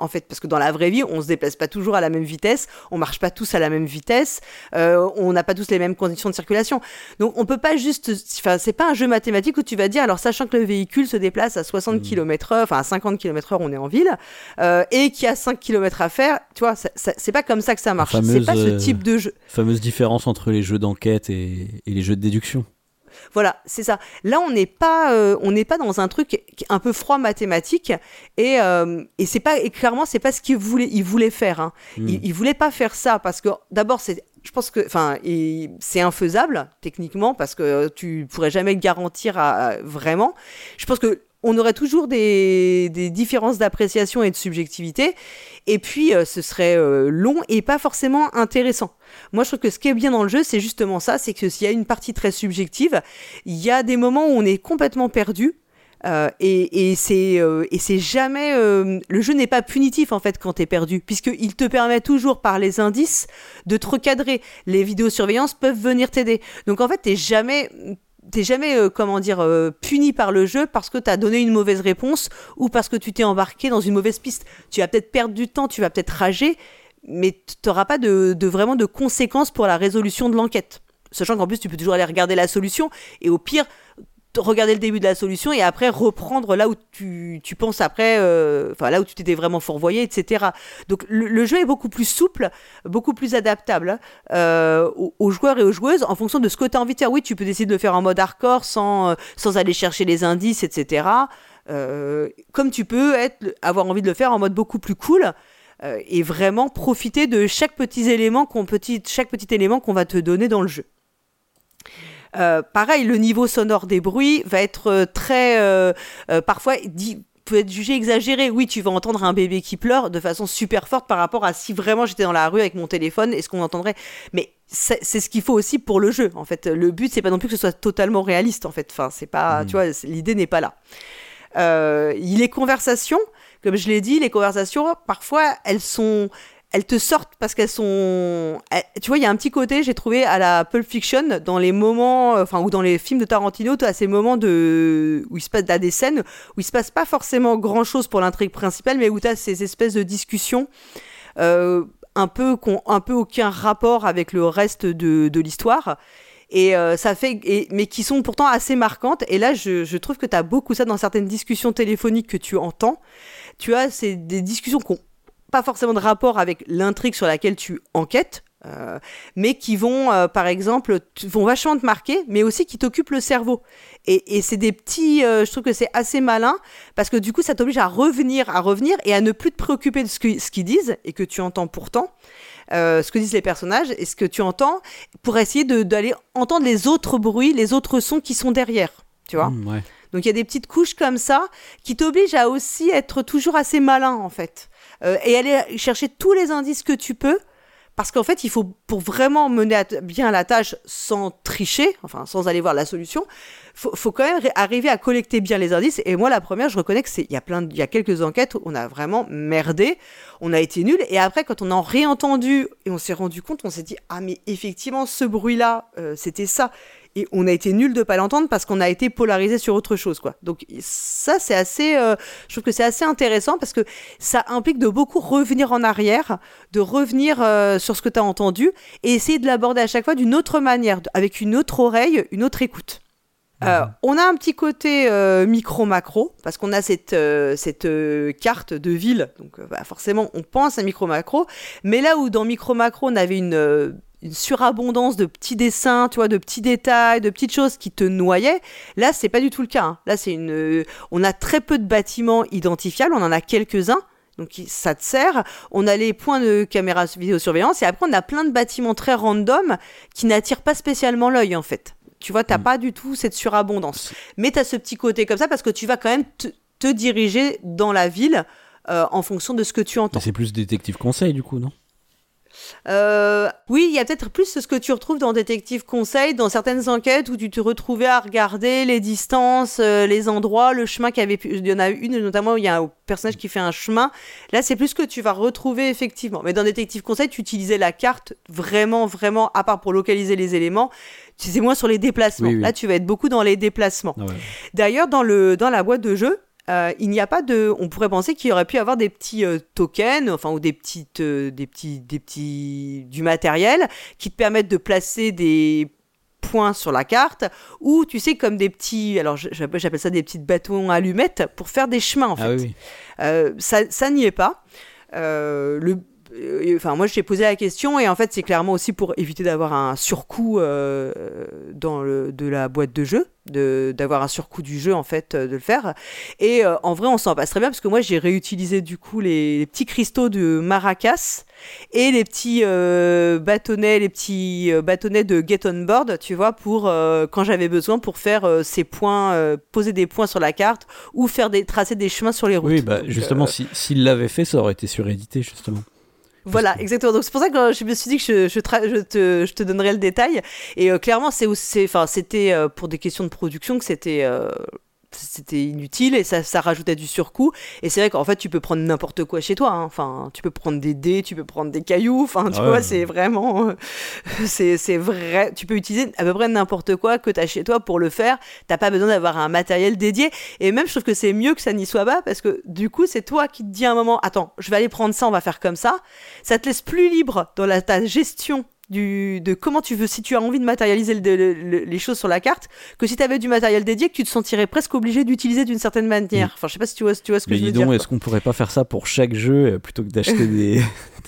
en fait, parce que dans la vraie vie, on se déplace pas toujours à la même vitesse, on marche pas tous à la même vitesse, euh, on n'a pas tous les mêmes conditions de circulation. Donc, on peut pas juste, enfin, c'est pas un jeu mathématique où tu vas dire, alors sachant que le véhicule se déplace à soixante kilomètres heure, enfin à cinquante kilomètres heure, on est en ville, euh, et qu'il y a cinq kilomètres à faire, tu vois, ça, ça, c'est pas comme ça que ça marche. Fameuse, c'est pas ce type de jeu. Fameuse différence entre les jeux d'enquête et, et les jeux de déduction. Voilà, c'est ça. Là, on n'est pas, euh, on n'est pas dans un truc un peu froid mathématique, et, euh, et c'est pas, et clairement, c'est pas ce qu'il voulait, il voulait faire. Hein. Mm. Il, il voulait pas faire ça parce que d'abord, c'est, je pense que, enfin, c'est infaisable techniquement parce que tu pourrais jamais garantir à, à, vraiment. Je pense que on aurait toujours des, des différences d'appréciation et de subjectivité, et puis euh, ce serait euh, long et pas forcément intéressant. Moi, je trouve que ce qui est bien dans le jeu, c'est justement ça, c'est que s'il y a une partie très subjective, il y a des moments où on est complètement perdu, euh, et, et, c'est, euh, et c'est jamais... Euh, le jeu n'est pas punitif, en fait, quand t'es perdu, puisqu'il te permet toujours, par les indices, de te recadrer. Les vidéosurveillances peuvent venir t'aider. Donc, en fait, t'es jamais... T'es jamais, euh, comment dire, euh, puni par le jeu parce que t'as donné une mauvaise réponse ou parce que tu t'es embarqué dans une mauvaise piste. Tu vas peut-être perdre du temps, tu vas peut-être rager, mais t'auras pas de, de vraiment de conséquences pour la résolution de l'enquête. Sachant qu'en plus, tu peux toujours aller regarder la solution et au pire, regarder le début de la solution et après reprendre là où tu, tu penses après, euh, enfin là où tu t'étais vraiment fourvoyé, et cetera. Donc le, le jeu est beaucoup plus souple, beaucoup plus adaptable euh, aux, aux joueurs et aux joueuses en fonction de ce que tu as envie de faire. Oui, tu peux décider de le faire en mode hardcore sans, sans aller chercher les indices, et cetera. Euh, comme tu peux être, avoir envie de le faire en mode beaucoup plus cool euh, et vraiment profiter de chaque petit élément qu'on, petit, chaque petit élément qu'on va te donner dans le jeu. Euh, pareil, le niveau sonore des bruits va être euh, très, euh, euh, parfois, dit, peut être jugé exagéré. Oui, tu vas entendre un bébé qui pleure de façon super forte par rapport à si vraiment j'étais dans la rue avec mon téléphone et ce qu'on entendrait. Mais c'est, c'est ce qu'il faut aussi pour le jeu. En fait, le but c'est pas non plus que ce soit totalement réaliste. En fait, enfin, c'est pas, mmh. tu vois, l'idée n'est pas là. Euh, les conversations, comme je l'ai dit, les conversations, parfois, elles sont elles te sortent parce qu'elles sont... Elles, tu vois, il y a un petit côté, j'ai trouvé, à la Pulp Fiction, dans les moments... Enfin, ou dans les films de Tarantino, tu as ces moments de... où il se passe des scènes où il se passe pas forcément grand-chose pour l'intrigue principale, mais où tu as ces espèces de discussions euh, un peu, qui n'ont un peu aucun rapport avec le reste de, de l'histoire. Et euh, ça fait, et, mais qui sont pourtant assez marquantes. Et là, je, je trouve que tu as beaucoup ça dans certaines discussions téléphoniques que tu entends. Tu as c'est des discussions qui n'ont pas forcément de rapport avec l'intrigue sur laquelle tu enquêtes, euh, mais qui vont, euh, par exemple, t- vont vachement te marquer, mais aussi qui t'occupent le cerveau. Et, et c'est des petits... Euh, je trouve que c'est assez malin, parce que du coup, ça t'oblige à revenir, à revenir, et à ne plus te préoccuper de ce, que, ce qu'ils disent, et que tu entends pourtant, euh, ce que disent les personnages, et ce que tu entends, pour essayer de, d'aller entendre les autres bruits, les autres sons qui sont derrière, tu vois. Mmh, ouais. Donc il y a des petites couches comme ça, qui t'obligent à aussi être toujours assez malin, en fait. Euh, et aller chercher tous les indices que tu peux, parce qu'en fait, il faut, pour vraiment mener à t- bien la tâche sans tricher, enfin, sans aller voir la solution, faut, faut quand même ré- arriver à collecter bien les indices. Et moi, la première, je reconnais que c'est, il y a plein, il y a quelques enquêtes où on a vraiment merdé, on a été nuls. Et après, quand on a réentendu et on s'est rendu compte, on s'est dit, ah, mais effectivement, ce bruit-là, euh, c'était ça. Et on a été nuls de pas l'entendre parce qu'on a été polarisé sur autre chose, quoi. Donc ça, c'est assez... Euh, je trouve que c'est assez intéressant parce que ça implique de beaucoup revenir en arrière, de revenir euh, sur ce que tu as entendu et essayer de l'aborder à chaque fois d'une autre manière, avec une autre oreille, une autre écoute. Euh, on a un petit côté euh, micro-macro, parce qu'on a cette, euh, cette euh, carte de ville, donc euh, bah, forcément on pense à micro-macro, mais là où dans micro-macro on avait une... Euh, une surabondance de petits dessins, tu vois, de petits détails, de petites choses qui te noyaient. Là, c'est pas du tout le cas. Hein. Là, c'est une, euh, on a très peu de bâtiments identifiables, on en a quelques-uns, donc ça te sert. On a les points de caméra vidéosurveillance et après on a plein de bâtiments très random qui n'attirent pas spécialement l'œil en fait. Tu vois, t'as mmh. pas du tout cette surabondance. Mais t'as ce petit côté comme ça parce que tu vas quand même te, te diriger dans la ville euh, en fonction de ce que tu entends. Mais c'est plus détective conseil du coup, non ? Euh, oui, il y a peut-être plus ce que tu retrouves dans Détective Conseil, dans certaines enquêtes où tu te retrouvais à regarder les distances, euh, les endroits, le chemin qu'il y avait pu... Il y en a une notamment où il y a un personnage qui fait un chemin. Là, c'est plus ce que tu vas retrouver effectivement. Mais dans Détective Conseil, tu utilisais la carte vraiment, vraiment, à part pour localiser les éléments, c'est moins sur les déplacements. Oui, oui. Là, tu vas être beaucoup dans les déplacements. Ah ouais. D'ailleurs, dans, le, dans la boîte de jeu, euh, il n'y a pas de... On pourrait penser qu'il y aurait pu avoir des petits euh, tokens, enfin, ou des petites, euh, des petits, des petits... du matériel qui te permettent de placer des points sur la carte, ou tu sais, comme des petits... Alors, j'appelle, j'appelle ça des petits bâtons allumettes pour faire des chemins, en fait. Ah oui, oui. Euh, ça, ça n'y est pas. Euh, le... Enfin, moi, je t'ai posé la question et en fait, c'est clairement aussi pour éviter d'avoir un surcoût euh, dans le, de la boîte de jeu, de, d'avoir un surcoût du jeu, en fait, de le faire. Et euh, en vrai, on s'en passe très bien parce que moi, j'ai réutilisé du coup les, les petits cristaux de maracas et les petits euh, bâtonnets, les petits euh, bâtonnets de Get On Board, tu vois, pour euh, quand j'avais besoin pour faire euh, ces points, euh, poser des points sur la carte ou faire des, tracer des chemins sur les routes. Oui, bah, Donc, justement, euh... si, s'il l'avait fait, ça aurait été surédité, justement. Voilà, exactement. Donc c'est pour ça que je me suis dit que je, je, tra- je, te, je te donnerais le détail. Et euh, clairement, c'est, c'est, c'était euh, pour des questions de production que c'était, euh, c'était inutile et ça, ça rajoutait du surcoût. Et c'est vrai qu'en fait, tu peux prendre n'importe quoi chez toi. Hein. Enfin, tu peux prendre des dés, tu peux prendre des cailloux. Enfin, tu ah vois, ouais. c'est vraiment, euh, c'est, c'est vrai. Tu peux utiliser à peu près n'importe quoi que tu as chez toi pour le faire. T'as pas besoin d'avoir un matériel dédié. Et même, je trouve que c'est mieux que ça n'y soit pas parce que du coup, c'est toi qui te dis à un moment, attends, je vais aller prendre ça, on va faire comme ça. Ça te laisse plus libre dans la, ta gestion. Du, de comment tu veux, si tu as envie de matérialiser le, le, le, les choses sur la carte, que si tu avais du matériel dédié, que tu te sentirais presque obligé d'utiliser d'une certaine manière. Mmh. Enfin, je sais pas si tu vois, si tu vois ce que Mais je veux dis donc, dire. Est-ce qu'on pourrait pas faire ça pour chaque jeu plutôt que d'acheter des,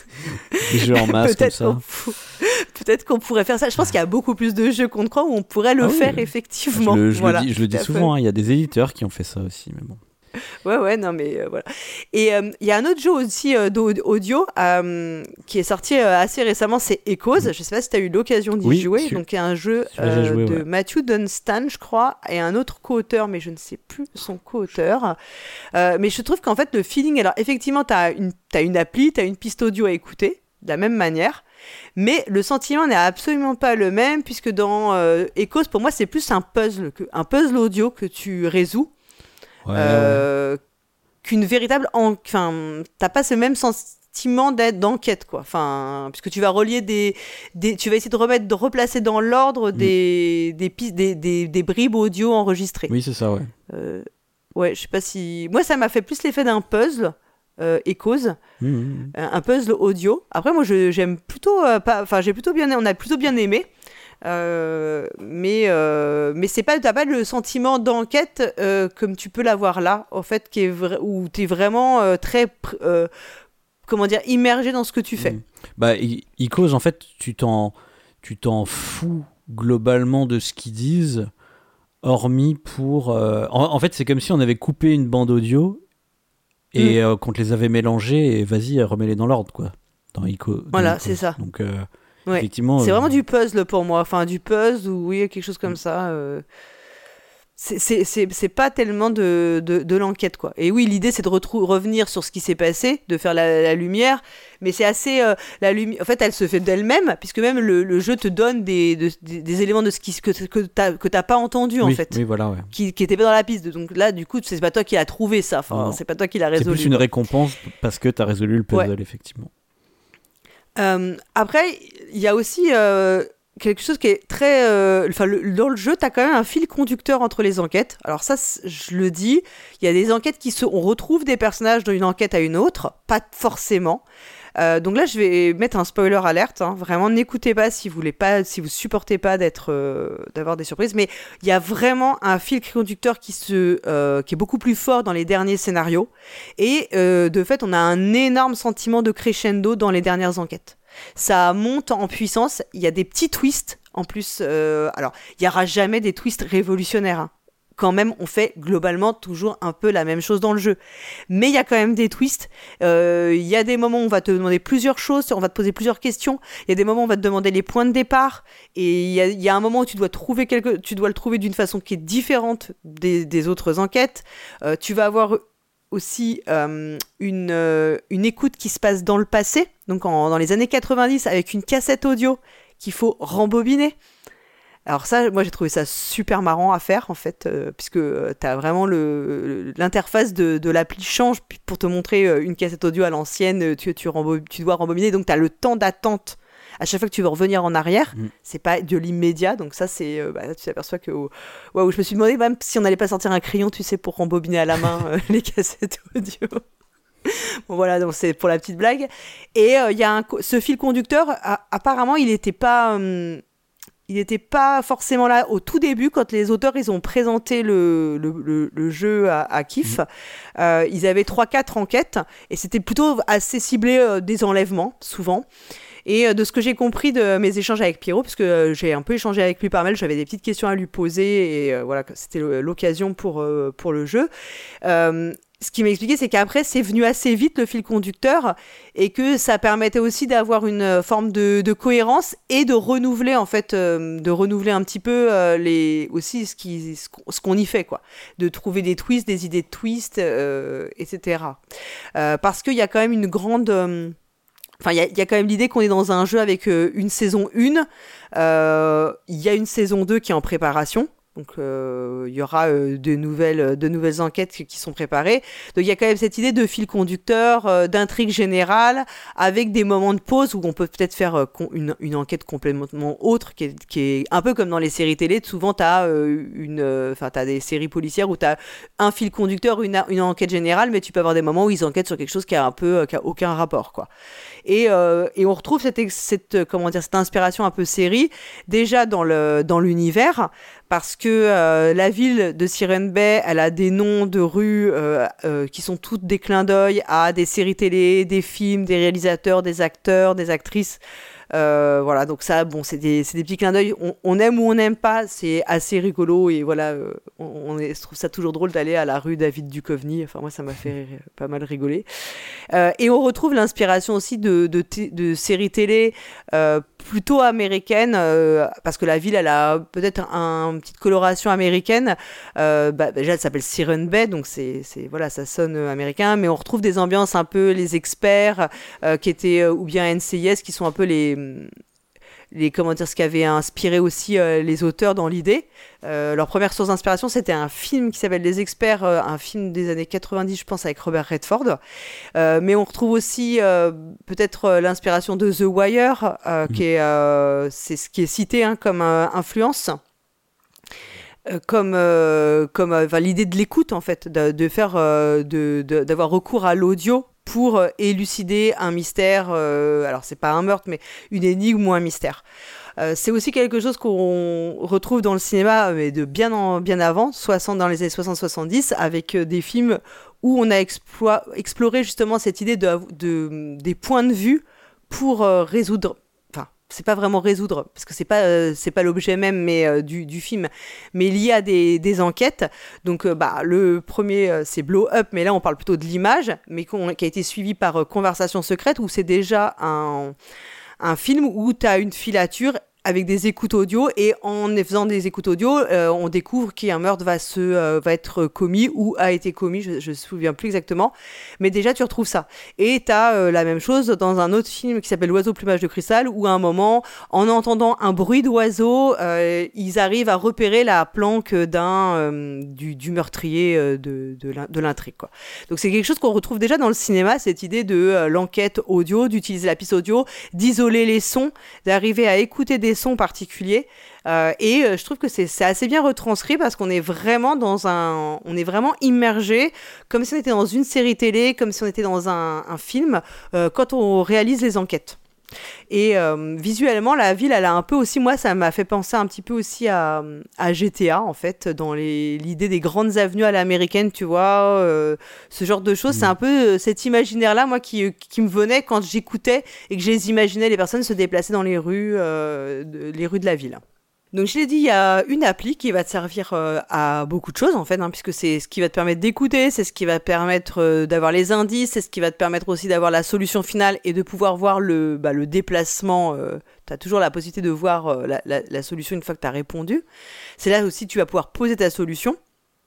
des jeux en masse Peut-être comme ça qu'on pour... Peut-être qu'on pourrait faire ça. Je pense qu'il y a beaucoup plus de jeux qu'on ne croit où on pourrait le ah faire oui. effectivement. Je le, je voilà, le dis, je le dis souvent, il hein, y a des éditeurs qui ont fait ça aussi, mais bon. Ouais, ouais, non, mais euh, voilà. Et il euh, y a un autre jeu aussi euh, d'audio euh, qui est sorti euh, assez récemment, c'est Echoes. Je sais pas si tu as eu l'occasion d'y oui, jouer. su- Donc, il y a un jeu euh, joué, de ouais. Matthew Dunstan, je crois, et un autre co-auteur, mais je ne sais plus son co-auteur. Euh, mais je trouve qu'en fait, le feeling. Alors, effectivement, tu as une, t'as une appli, tu as une piste audio à écouter, de la même manière. Mais le sentiment n'est absolument pas le même, puisque dans euh, Echoes, pour moi, c'est plus un puzzle, que, un puzzle audio que tu résous. Ouais, euh, ouais. qu'une véritable en... enfin t'as pas ce même sentiment d'être d'enquête quoi, enfin puisque tu vas relier des, des tu vas essayer de remettre de replacer dans l'ordre Mm. des des pistes des, des, des bribes audio enregistrées. Oui, c'est ça, ouais. Euh, ouais, je sais pas si moi ça m'a fait plus l'effet d'un puzzle euh, Echoes, mm, mm. un puzzle audio. Après moi je, j'aime plutôt euh, pas enfin j'ai plutôt bien on a plutôt bien aimé. Euh, mais euh, mais c'est pas t'as pas le sentiment d'enquête euh, comme tu peux l'avoir là en fait qui est vra- où t'es vraiment euh, très pr- euh, comment dire immergé dans ce que tu fais. Mmh. Bah Echoes en fait tu t'en tu t'en fous globalement de ce qu'ils disent hormis pour euh... en, en fait c'est comme si on avait coupé une bande audio et mmh. euh, qu'on te les avait mélangées et vas-y remets-les dans l'ordre quoi dans Echo, dans voilà Echoes. c'est ça donc euh, ouais. effectivement c'est euh... vraiment du puzzle pour moi enfin du puzzle ou oui quelque chose comme mmh. ça euh... C'est, c'est, c'est, c'est pas tellement de, de, de l'enquête quoi. Et oui l'idée c'est de retrou- revenir sur ce qui s'est passé, de faire la, la lumière, mais c'est assez euh, la lumière en fait elle se fait d'elle-même puisque même le, le jeu te donne des, de, des, des éléments de ce qui, que, que, t'as, que t'as pas entendu oui, en fait oui, voilà, ouais. qui, qui étaient pas dans la piste, donc là du coup c'est pas toi qui l'as trouvé ça, enfin, non, c'est pas toi qui l'as résolu. C'est plus une quoi. Récompense parce que t'as résolu le puzzle ouais. effectivement. Euh, après il y a aussi euh, quelque chose qui est très... Euh, enfin, le, dans le jeu, tu as quand même un fil conducteur entre les enquêtes. Alors ça, je le dis, il y a des enquêtes qui se... On retrouve des personnages d'une enquête à une autre, pas forcément. Euh, donc là, je vais mettre un spoiler alerte. Hein. Vraiment, n'écoutez pas si vous voulez pas, si vous supportez pas d'être, euh, d'avoir des surprises. Mais il y a vraiment un fil conducteur qui se, euh, qui est beaucoup plus fort dans les derniers scénarios. Et euh, de fait, on a un énorme sentiment de crescendo dans les dernières enquêtes. Ça monte en puissance, il y a des petits twists en plus, euh, alors il n'y aura jamais des twists révolutionnaires, hein. Quand même on fait globalement toujours un peu la même chose dans le jeu, mais il y a quand même des twists, euh, il y a des moments où on va te demander plusieurs choses, on va te poser plusieurs questions, il y a des moments où on va te demander les points de départ, et il y a, il y a un moment où tu dois, trouver quelque, tu dois le trouver d'une façon qui est différente des, des autres enquêtes, euh, tu vas avoir aussi euh, une, euh, une écoute qui se passe dans le passé, donc en, dans les années quatre-vingt-dix, avec une cassette audio qu'il faut rembobiner. Alors ça, moi j'ai trouvé ça super marrant à faire en fait, euh, puisque euh, t'as vraiment le, l'interface de, de l'appli change pour te montrer euh, une cassette audio à l'ancienne, tu, tu, rembob- tu dois rembobiner, donc t'as le temps d'attente à chaque fois que tu veux revenir en arrière, Mm. c'est pas de l'immédiat. Donc ça, c'est, euh, bah, tu t'aperçois que, oh, ouais, je me suis demandé même si on n'allait pas sortir un crayon, tu sais, pour rembobiner à la main euh, les cassettes audio. Bon, voilà, donc c'est pour la petite blague. Et il euh, y a un, ce fil conducteur, a, apparemment, il n'était pas, hum, il n'était pas forcément là au tout début quand les auteurs ils ont présenté le, le, le, le jeu à, à Kif. Mmh. Euh, ils avaient trois quatre enquêtes et c'était plutôt assez ciblé euh, des enlèvements, souvent. Et euh, de ce que j'ai compris de mes échanges avec Pierrot, parce que euh, j'ai un peu échangé avec lui pas mal, j'avais des petites questions à lui poser et euh, voilà, c'était l'occasion pour, euh, pour le jeu. Euh, Ce qui m'a expliqué, c'est qu'après, c'est venu assez vite le fil conducteur et que ça permettait aussi d'avoir une forme de, de cohérence et de renouveler, en fait, euh, de renouveler un petit peu euh, les, aussi ce, qui, ce qu'on y fait, quoi. De trouver des twists, des idées de twists, euh, et cetera. Euh, parce qu'il y a quand même une grande... Euh, Enfin, il y, y a quand même l'idée qu'on est dans un jeu avec euh, une saison un. Euh, il y a une saison deux qui est en préparation. Donc, il euh, y aura euh, de, nouvelles, de nouvelles enquêtes qui sont préparées. Donc, il y a quand même cette idée de fil conducteur, euh, d'intrigue générale, avec des moments de pause où on peut peut-être faire euh, une, une enquête complètement autre, qui est, qui est un peu comme dans les séries télé. Souvent, tu as euh, euh, des séries policières où tu as un fil conducteur, une, une enquête générale, mais tu peux avoir des moments où ils enquêtent sur quelque chose qui a un peu, qui a aucun rapport, quoi. Et, euh, et on retrouve cette, cette, comment dire, cette inspiration un peu série, déjà dans, le, dans l'univers, parce que euh, la ville de Siren Bay, elle a des noms de rues euh, euh, qui sont toutes des clins d'œil à des séries télé, des films, des réalisateurs, des acteurs, des actrices. Euh, voilà, donc ça, bon, c'est des, c'est des petits clins d'œil. On, on aime ou on n'aime pas, c'est assez rigolo et voilà, euh, on, on est, je trouve ça toujours drôle d'aller à la rue David Duchovny. Enfin, moi, ça m'a fait rire, pas mal rigoler. Euh, et on retrouve l'inspiration aussi de, de, t- de séries télé euh, plutôt américaines, euh, parce que la ville, elle a peut-être un, une petite coloration américaine. Euh, bah, déjà, elle s'appelle Siren Bay, donc c'est, c'est, voilà, ça sonne américain, mais on retrouve des ambiances un peu les experts, euh, qui étaient, euh, ou bien N C I S, qui sont un peu les... les comment dire, ce qui avait inspiré aussi euh, les auteurs dans l'idée. Euh, leur première source d'inspiration, c'était un film qui s'appelle Les Experts, euh, un film des années quatre-vingt-dix, je pense, avec Robert Redford. Euh, mais on retrouve aussi euh, peut-être euh, l'inspiration de The Wire, euh, mmh. qui est, euh, c'est ce qui est cité hein, comme euh, influence. Euh, comme euh, comme euh, l'idée de l'écoute en fait, de, de faire euh, de, de, d'avoir recours à l'audio pour euh, élucider un mystère, euh, alors c'est pas un meurtre mais une énigme ou un mystère. Euh, c'est aussi quelque chose qu'on retrouve dans le cinéma mais de bien en, bien avant, soixante dans les années soixante soixante-dix, avec euh, des films où on a explo- exploré justement cette idée de, de des points de vue pour euh, résoudre. C'est pas vraiment résoudre, parce que c'est pas, euh, c'est pas l'objet même mais, euh, du, du film, mais lié à des, des enquêtes. Donc, euh, bah, le premier, euh, c'est Blow Up, mais là, on parle plutôt de l'image, mais qui a été suivi par euh, Conversation secrète, où c'est déjà un, un film où tu as une filature avec des écoutes audio, et en faisant des écoutes audio, euh, on découvre qu'un meurtre va, se, euh, va être commis ou a été commis, je ne me souviens plus exactement, mais déjà tu retrouves ça. Et tu as euh, la même chose dans un autre film qui s'appelle L'oiseau plumage de cristal, où à un moment, en entendant un bruit d'oiseau, euh, ils arrivent à repérer la planque d'un, euh, du, du meurtrier euh, de, de, de l'intrigue, quoi. Donc c'est quelque chose qu'on retrouve déjà dans le cinéma, cette idée de euh, l'enquête audio, d'utiliser la piste audio, d'isoler les sons, d'arriver à écouter des sons particuliers, euh, et euh, je trouve que c'est, c'est assez bien retranscrit parce qu'on est vraiment dans un, on est vraiment immergé, comme si on était dans une série télé, comme si on était dans un, un film, euh, quand on réalise les enquêtes. Et euh, visuellement, la ville, elle a un peu aussi, moi, ça m'a fait penser un petit peu aussi à, à G T A, en fait, dans les, l'idée des grandes avenues à l'américaine, tu vois, euh, ce genre de choses. Mmh. C'est un peu euh, cet imaginaire-là, moi, qui, qui me venait quand j'écoutais et que je les imaginais, les personnes se déplacer dans les rues, euh, de, les rues de la ville. Donc je l'ai dit, il y a une appli qui va te servir euh, à beaucoup de choses en fait, hein, puisque c'est ce qui va te permettre d'écouter, c'est ce qui va te permettre euh, d'avoir les indices, c'est ce qui va te permettre aussi d'avoir la solution finale et de pouvoir voir le, bah, le déplacement. Euh, tu as toujours la possibilité de voir euh, la, la, la solution une fois que tu as répondu. C'est là aussi que tu vas pouvoir poser ta solution.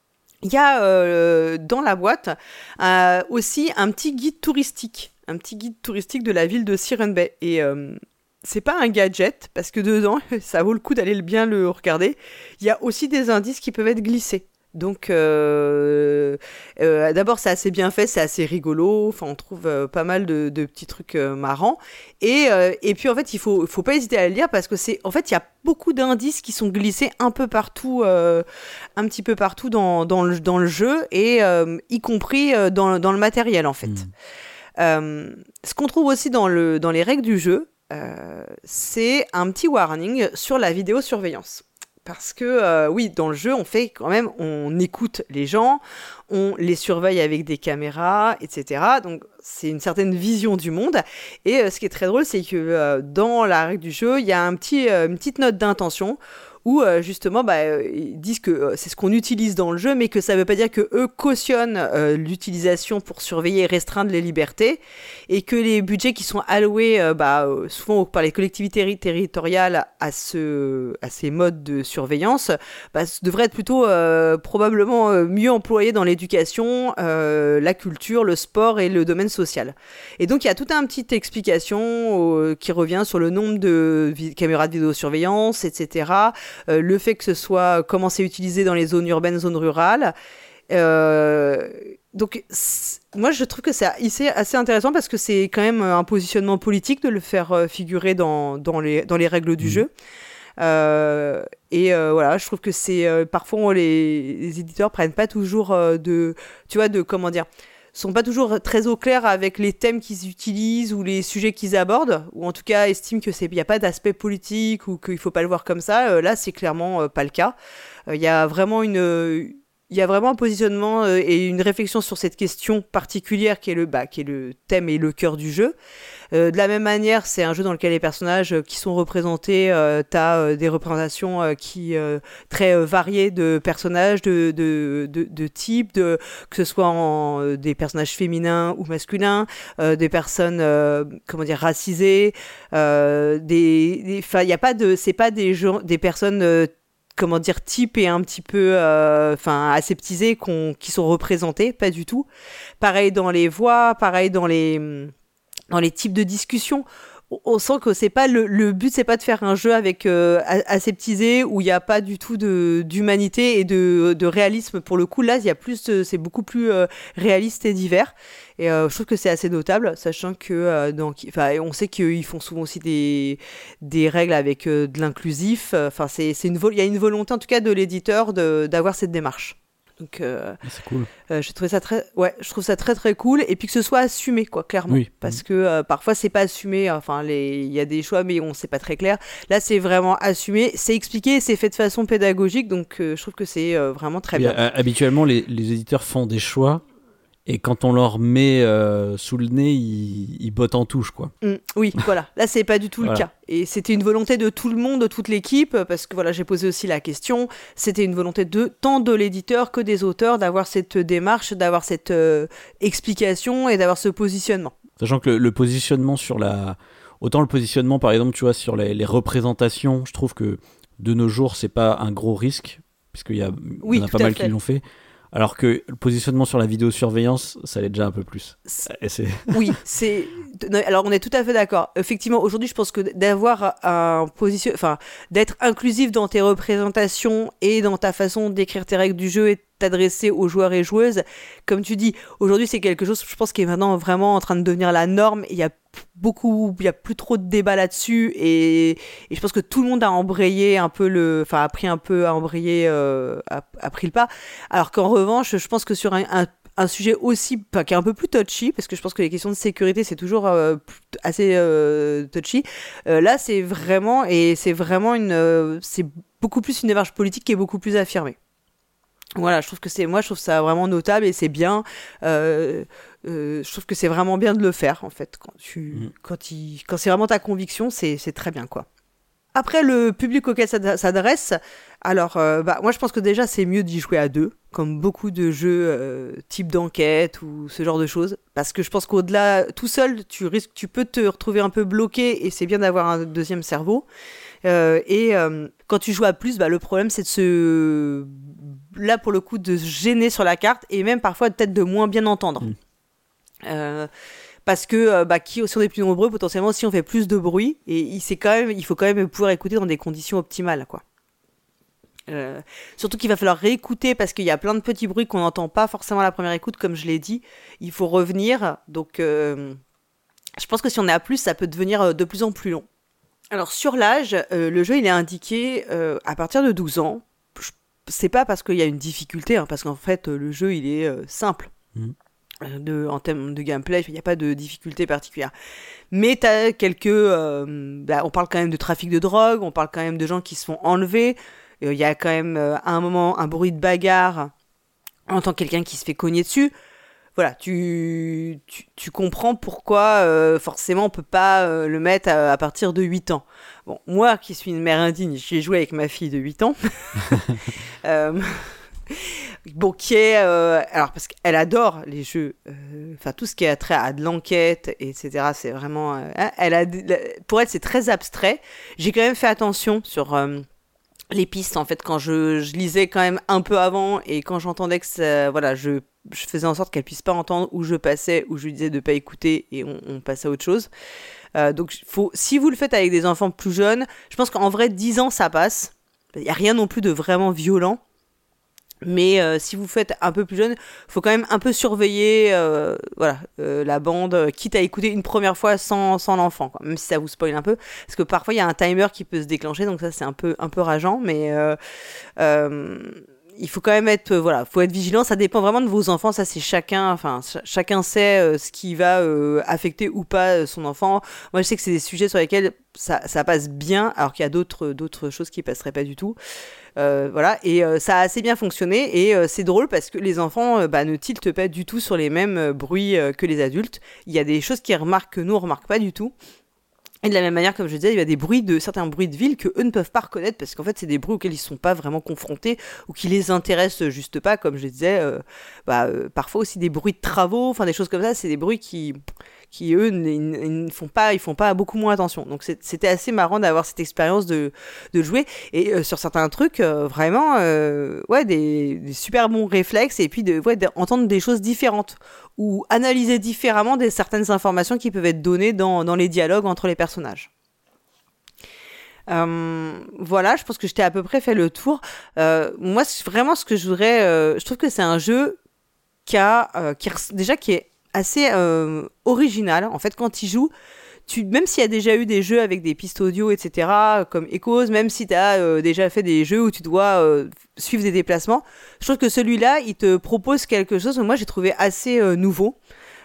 Il y a euh, dans la boîte euh, aussi un petit guide touristique, un petit guide touristique de la ville de Siren Bay. Et... Euh, c'est pas un gadget, parce que dedans, ça vaut le coup d'aller bien le regarder. Il y a aussi des indices qui peuvent être glissés. Donc, euh, euh, d'abord, c'est assez bien fait, c'est assez rigolo. Enfin, on trouve euh, pas mal de, de petits trucs euh, marrants. Et, euh, et puis, en fait, il faut, faut pas hésiter à le lire parce que c'est, en fait, il y a beaucoup d'indices qui sont glissés un peu partout, euh, un petit peu partout dans, dans, le, dans le jeu, et euh, y compris euh, dans, dans le matériel, en fait. Mmh. Euh, ce qu'on trouve aussi dans, le, dans les règles du jeu, euh, c'est un petit warning sur la vidéosurveillance. Parce que, euh, oui, dans le jeu, on fait quand même, on écoute les gens, on les surveille avec des caméras, et cetera. Donc, c'est une certaine vision du monde. Et euh, ce qui est très drôle, c'est que euh, dans la règle du jeu, il y a un petit, euh, une petite note d'intention où, euh, justement, bah, euh, ils disent que euh, c'est ce qu'on utilise dans le jeu, mais que ça ne veut pas dire qu'eux cautionnent euh, l'utilisation pour surveiller et restreindre les libertés, et que les budgets qui sont alloués, euh, bah, euh, souvent par les collectivités terri- territoriales à, ce, à ces modes de surveillance, bah, devraient être plutôt euh, probablement euh, mieux employés dans l'éducation, euh, la culture, le sport et le domaine social. Et donc, il y a toute une petite explication euh, qui revient sur le nombre de vi- caméras de vidéosurveillance, et cetera, Euh, le fait que ce soit comment c'est utilisé dans les zones urbaines, zones rurales. Euh, donc moi je trouve que c'est assez, assez intéressant parce que c'est quand même un positionnement politique de le faire euh, figurer dans, dans, les, dans les règles du mmh. jeu. Euh, et euh, voilà, je trouve que c'est euh, parfois les, les éditeurs prennent pas toujours euh, de, tu vois, de comment dire, sont pas toujours très au clair avec les thèmes qu'ils utilisent ou les sujets qu'ils abordent, ou en tout cas estiment que c'est, y a pas d'aspect politique ou qu'il faut pas le voir comme ça. Euh, là, c'est clairement euh, pas le cas. Il euh, y a vraiment une euh, il y a vraiment un positionnement euh, et une réflexion sur cette question particulière qui est le, bah, qui est le thème et le cœur du jeu. Euh, de la même manière, c'est un jeu dans lequel les personnages euh, qui sont représentés, euh, t'as euh, des représentations euh, qui euh, très euh, variées de personnages, de, de, de, de types, de, que ce soit en, euh, des personnages féminins ou masculins, euh, des personnes, euh, comment dire, racisées, euh, des, enfin, il y a pas de, c'est pas des gens, des personnes euh, comment dire, type et un petit peu enfin euh, aseptisés qu'on, qui sont représentés, pas du tout. Pareil dans les voix, pareil dans les, dans les types de discussions. On sent que c'est pas le, le but, c'est pas de faire un jeu avec euh, aseptisé où il n'y a pas du tout de, d'humanité et de, de réalisme. Pour le coup, là, il y a plus, de, c'est beaucoup plus euh, réaliste et divers. Et euh, je trouve que c'est assez notable, sachant que euh, donc, on sait qu'ils font souvent aussi des, des règles avec euh, de l'inclusif. Enfin, c'est, c'est une, il y a une volonté en tout cas de l'éditeur de, d'avoir cette démarche. Donc, euh, c'est cool. Euh, je trouve ça très, ouais, je trouve ça très très cool. Et puis que ce soit assumé, quoi, clairement. Oui. Parce que euh, parfois c'est pas assumé. Enfin, les, il y a des choix, mais on sait pas très clair. Là, c'est vraiment assumé, c'est expliqué, c'est fait de façon pédagogique. Donc, euh, je trouve que c'est euh, vraiment très oui, bien. Euh, habituellement, les, les éditeurs font des choix. Et quand on leur met euh, sous le nez, ils, ils bottent en touche, quoi. Mmh, oui, voilà. Là, c'est pas du tout voilà. le cas. Et c'était une volonté de tout le monde, de toute l'équipe, parce que voilà, j'ai posé aussi la question. C'était une volonté de tant de l'éditeur que des auteurs d'avoir cette démarche, d'avoir cette euh, explication et d'avoir ce positionnement. Sachant que le, le positionnement sur la, autant le positionnement, par exemple, tu vois, sur les, les représentations, je trouve que de nos jours, c'est pas un gros risque, puisqu'il y, a, oui, il y en a pas mal qui l'ont fait. Alors que le positionnement sur la vidéosurveillance, ça l'est déjà un peu plus. Et c'est... Oui, c'est. Alors on est tout à fait d'accord. Effectivement, aujourd'hui, je pense que d'avoir un position, enfin, d'être inclusif dans tes représentations et dans ta façon d'écrire tes règles du jeu et t'adresser aux joueurs et joueuses, comme tu dis, aujourd'hui, c'est quelque chose, je pense, qui est maintenant vraiment en train de devenir la norme. Il y a beaucoup, il y a plus trop de débats là-dessus et, et je pense que tout le monde a embrayé un peu le, enfin, a pris un peu à embrayer, euh, a, a pris le pas. Alors qu'en revanche, je pense que sur un, un un sujet aussi, enfin, qui est un peu plus touchy, parce que je pense que les questions de sécurité, c'est toujours euh, assez euh, touchy. Euh, là, c'est vraiment, et c'est vraiment une, euh, c'est beaucoup plus une démarche politique qui est beaucoup plus affirmée. Voilà, je trouve que c'est, moi, je trouve ça vraiment notable et c'est bien. Euh, euh, je trouve que c'est vraiment bien de le faire, en fait, quand tu, mmh. quand il, quand c'est vraiment ta conviction, c'est, c'est très bien, quoi. Après, le public auquel ça s'adresse, alors, euh, bah, moi, je pense que déjà, c'est mieux d'y jouer à deux, comme beaucoup de jeux euh, type d'enquête ou ce genre de choses. Parce que je pense qu'au-delà, tout seul, tu risques, tu peux te retrouver un peu bloqué et c'est bien d'avoir un deuxième cerveau. Euh, et euh, quand tu joues à plus, bah, le problème, c'est de se... Là, pour le coup, de se gêner sur la carte et même parfois peut-être de moins bien entendre. Mmh. Euh... Parce que bah, qui, si on est plus nombreux, potentiellement, si on fait plus de bruit, et il, c'est quand même, il faut quand même pouvoir écouter dans des conditions optimales, quoi. Euh, surtout qu'il va falloir réécouter parce qu'il y a plein de petits bruits qu'on n'entend pas forcément à la première écoute, comme je l'ai dit. Il faut revenir. Donc, euh, je pense que si on est à plus, ça peut devenir de plus en plus long. Alors, sur l'âge, euh, le jeu, il est indiqué euh, à partir de douze ans. Je, c'est pas parce qu'il y a une difficulté, hein, parce qu'en fait, le jeu, il est euh, simple. Mmh. De, en termes de gameplay, il n'y a pas de difficulté particulière. Mais tu as quelques... Euh, bah, on parle quand même de trafic de drogue, on parle quand même de gens qui se font enlever. Il y a quand même, euh, à un moment, un bruit de bagarre. On entend quelqu'un qui se fait cogner dessus. Voilà, tu, tu, tu comprends pourquoi, euh, forcément, on peut pas euh, le mettre à, à partir de huit ans. Bon, moi, qui suis une mère indigne, j'ai joué avec ma fille de huit ans. euh, bon, qui est... Euh, alors, parce qu'elle adore les jeux, enfin, euh, tout ce qui a trait à de l'enquête, et cetera, c'est vraiment... Euh, elle a, pour elle, c'est très abstrait. J'ai quand même fait attention sur... Euh, les pistes, en fait, quand je, je lisais quand même un peu avant et quand j'entendais que ça, voilà, je, je faisais en sorte qu'elle puisse pas entendre où je passais, où je lui disais de pas écouter et on, on passait à autre chose. Euh, donc, faut, si vous le faites avec des enfants plus jeunes, je pense qu'en vrai, dix ans, ça passe. Il n'y a rien non plus de vraiment violent. Mais euh, si vous faites un peu plus jeune, faut quand même un peu surveiller euh, voilà, euh, la bande, quitte à écouter une première fois sans, sans l'enfant, quoi, même si ça vous spoil un peu. Parce que parfois, il y a un timer qui peut se déclencher, donc ça, c'est un peu, un peu rageant. Mais euh, euh, il faut quand même être, euh, voilà, faut être vigilant. Ça dépend vraiment de vos enfants. Ça, c'est chacun, enfin, ch- chacun sait euh, ce qui va euh, affecter ou pas euh, son enfant. Moi, je sais que c'est des sujets sur lesquels ça, ça passe bien, alors qu'il y a d'autres, d'autres choses qui passeraient pas du tout. Euh, voilà, et euh, ça a assez bien fonctionné, et euh, c'est drôle parce que les enfants euh, bah, ne tiltent pas du tout sur les mêmes euh, bruits euh, que les adultes. Il y a des choses qu'ils remarquent que nous on remarque pas du tout. Et de la même manière, comme je disais, il y a des bruits de certains bruits de ville que eux ne peuvent pas reconnaître parce qu'en fait, c'est des bruits auxquels ils sont pas vraiment confrontés ou qui les intéressent juste pas, comme je disais. Euh, bah, euh, parfois aussi des bruits de travaux, enfin des choses comme ça, c'est des bruits qui qui eux ne font pas, ils font pas beaucoup moins attention. Donc c'est, c'était assez marrant d'avoir cette expérience de de jouer et euh, sur certains trucs euh, vraiment euh, ouais des, des super bons réflexes et puis de ouais d'entendre des choses différentes ou analyser différemment des certaines informations qui peuvent être données dans dans les dialogues entre les personnages. Euh, voilà, je pense que je t'ai à peu près fait le tour. Euh, moi, vraiment, ce que je voudrais, euh, je trouve que c'est un jeu qui a, euh, qui déjà qui est assez euh, original. En fait, quand il joue, tu, même s'il y a déjà eu des jeux avec des pistes audio, et cetera, comme Echoes, même si tu as euh, déjà fait des jeux où tu dois euh, suivre des déplacements, je trouve que celui-là, il te propose quelque chose que moi, j'ai trouvé assez euh, nouveau.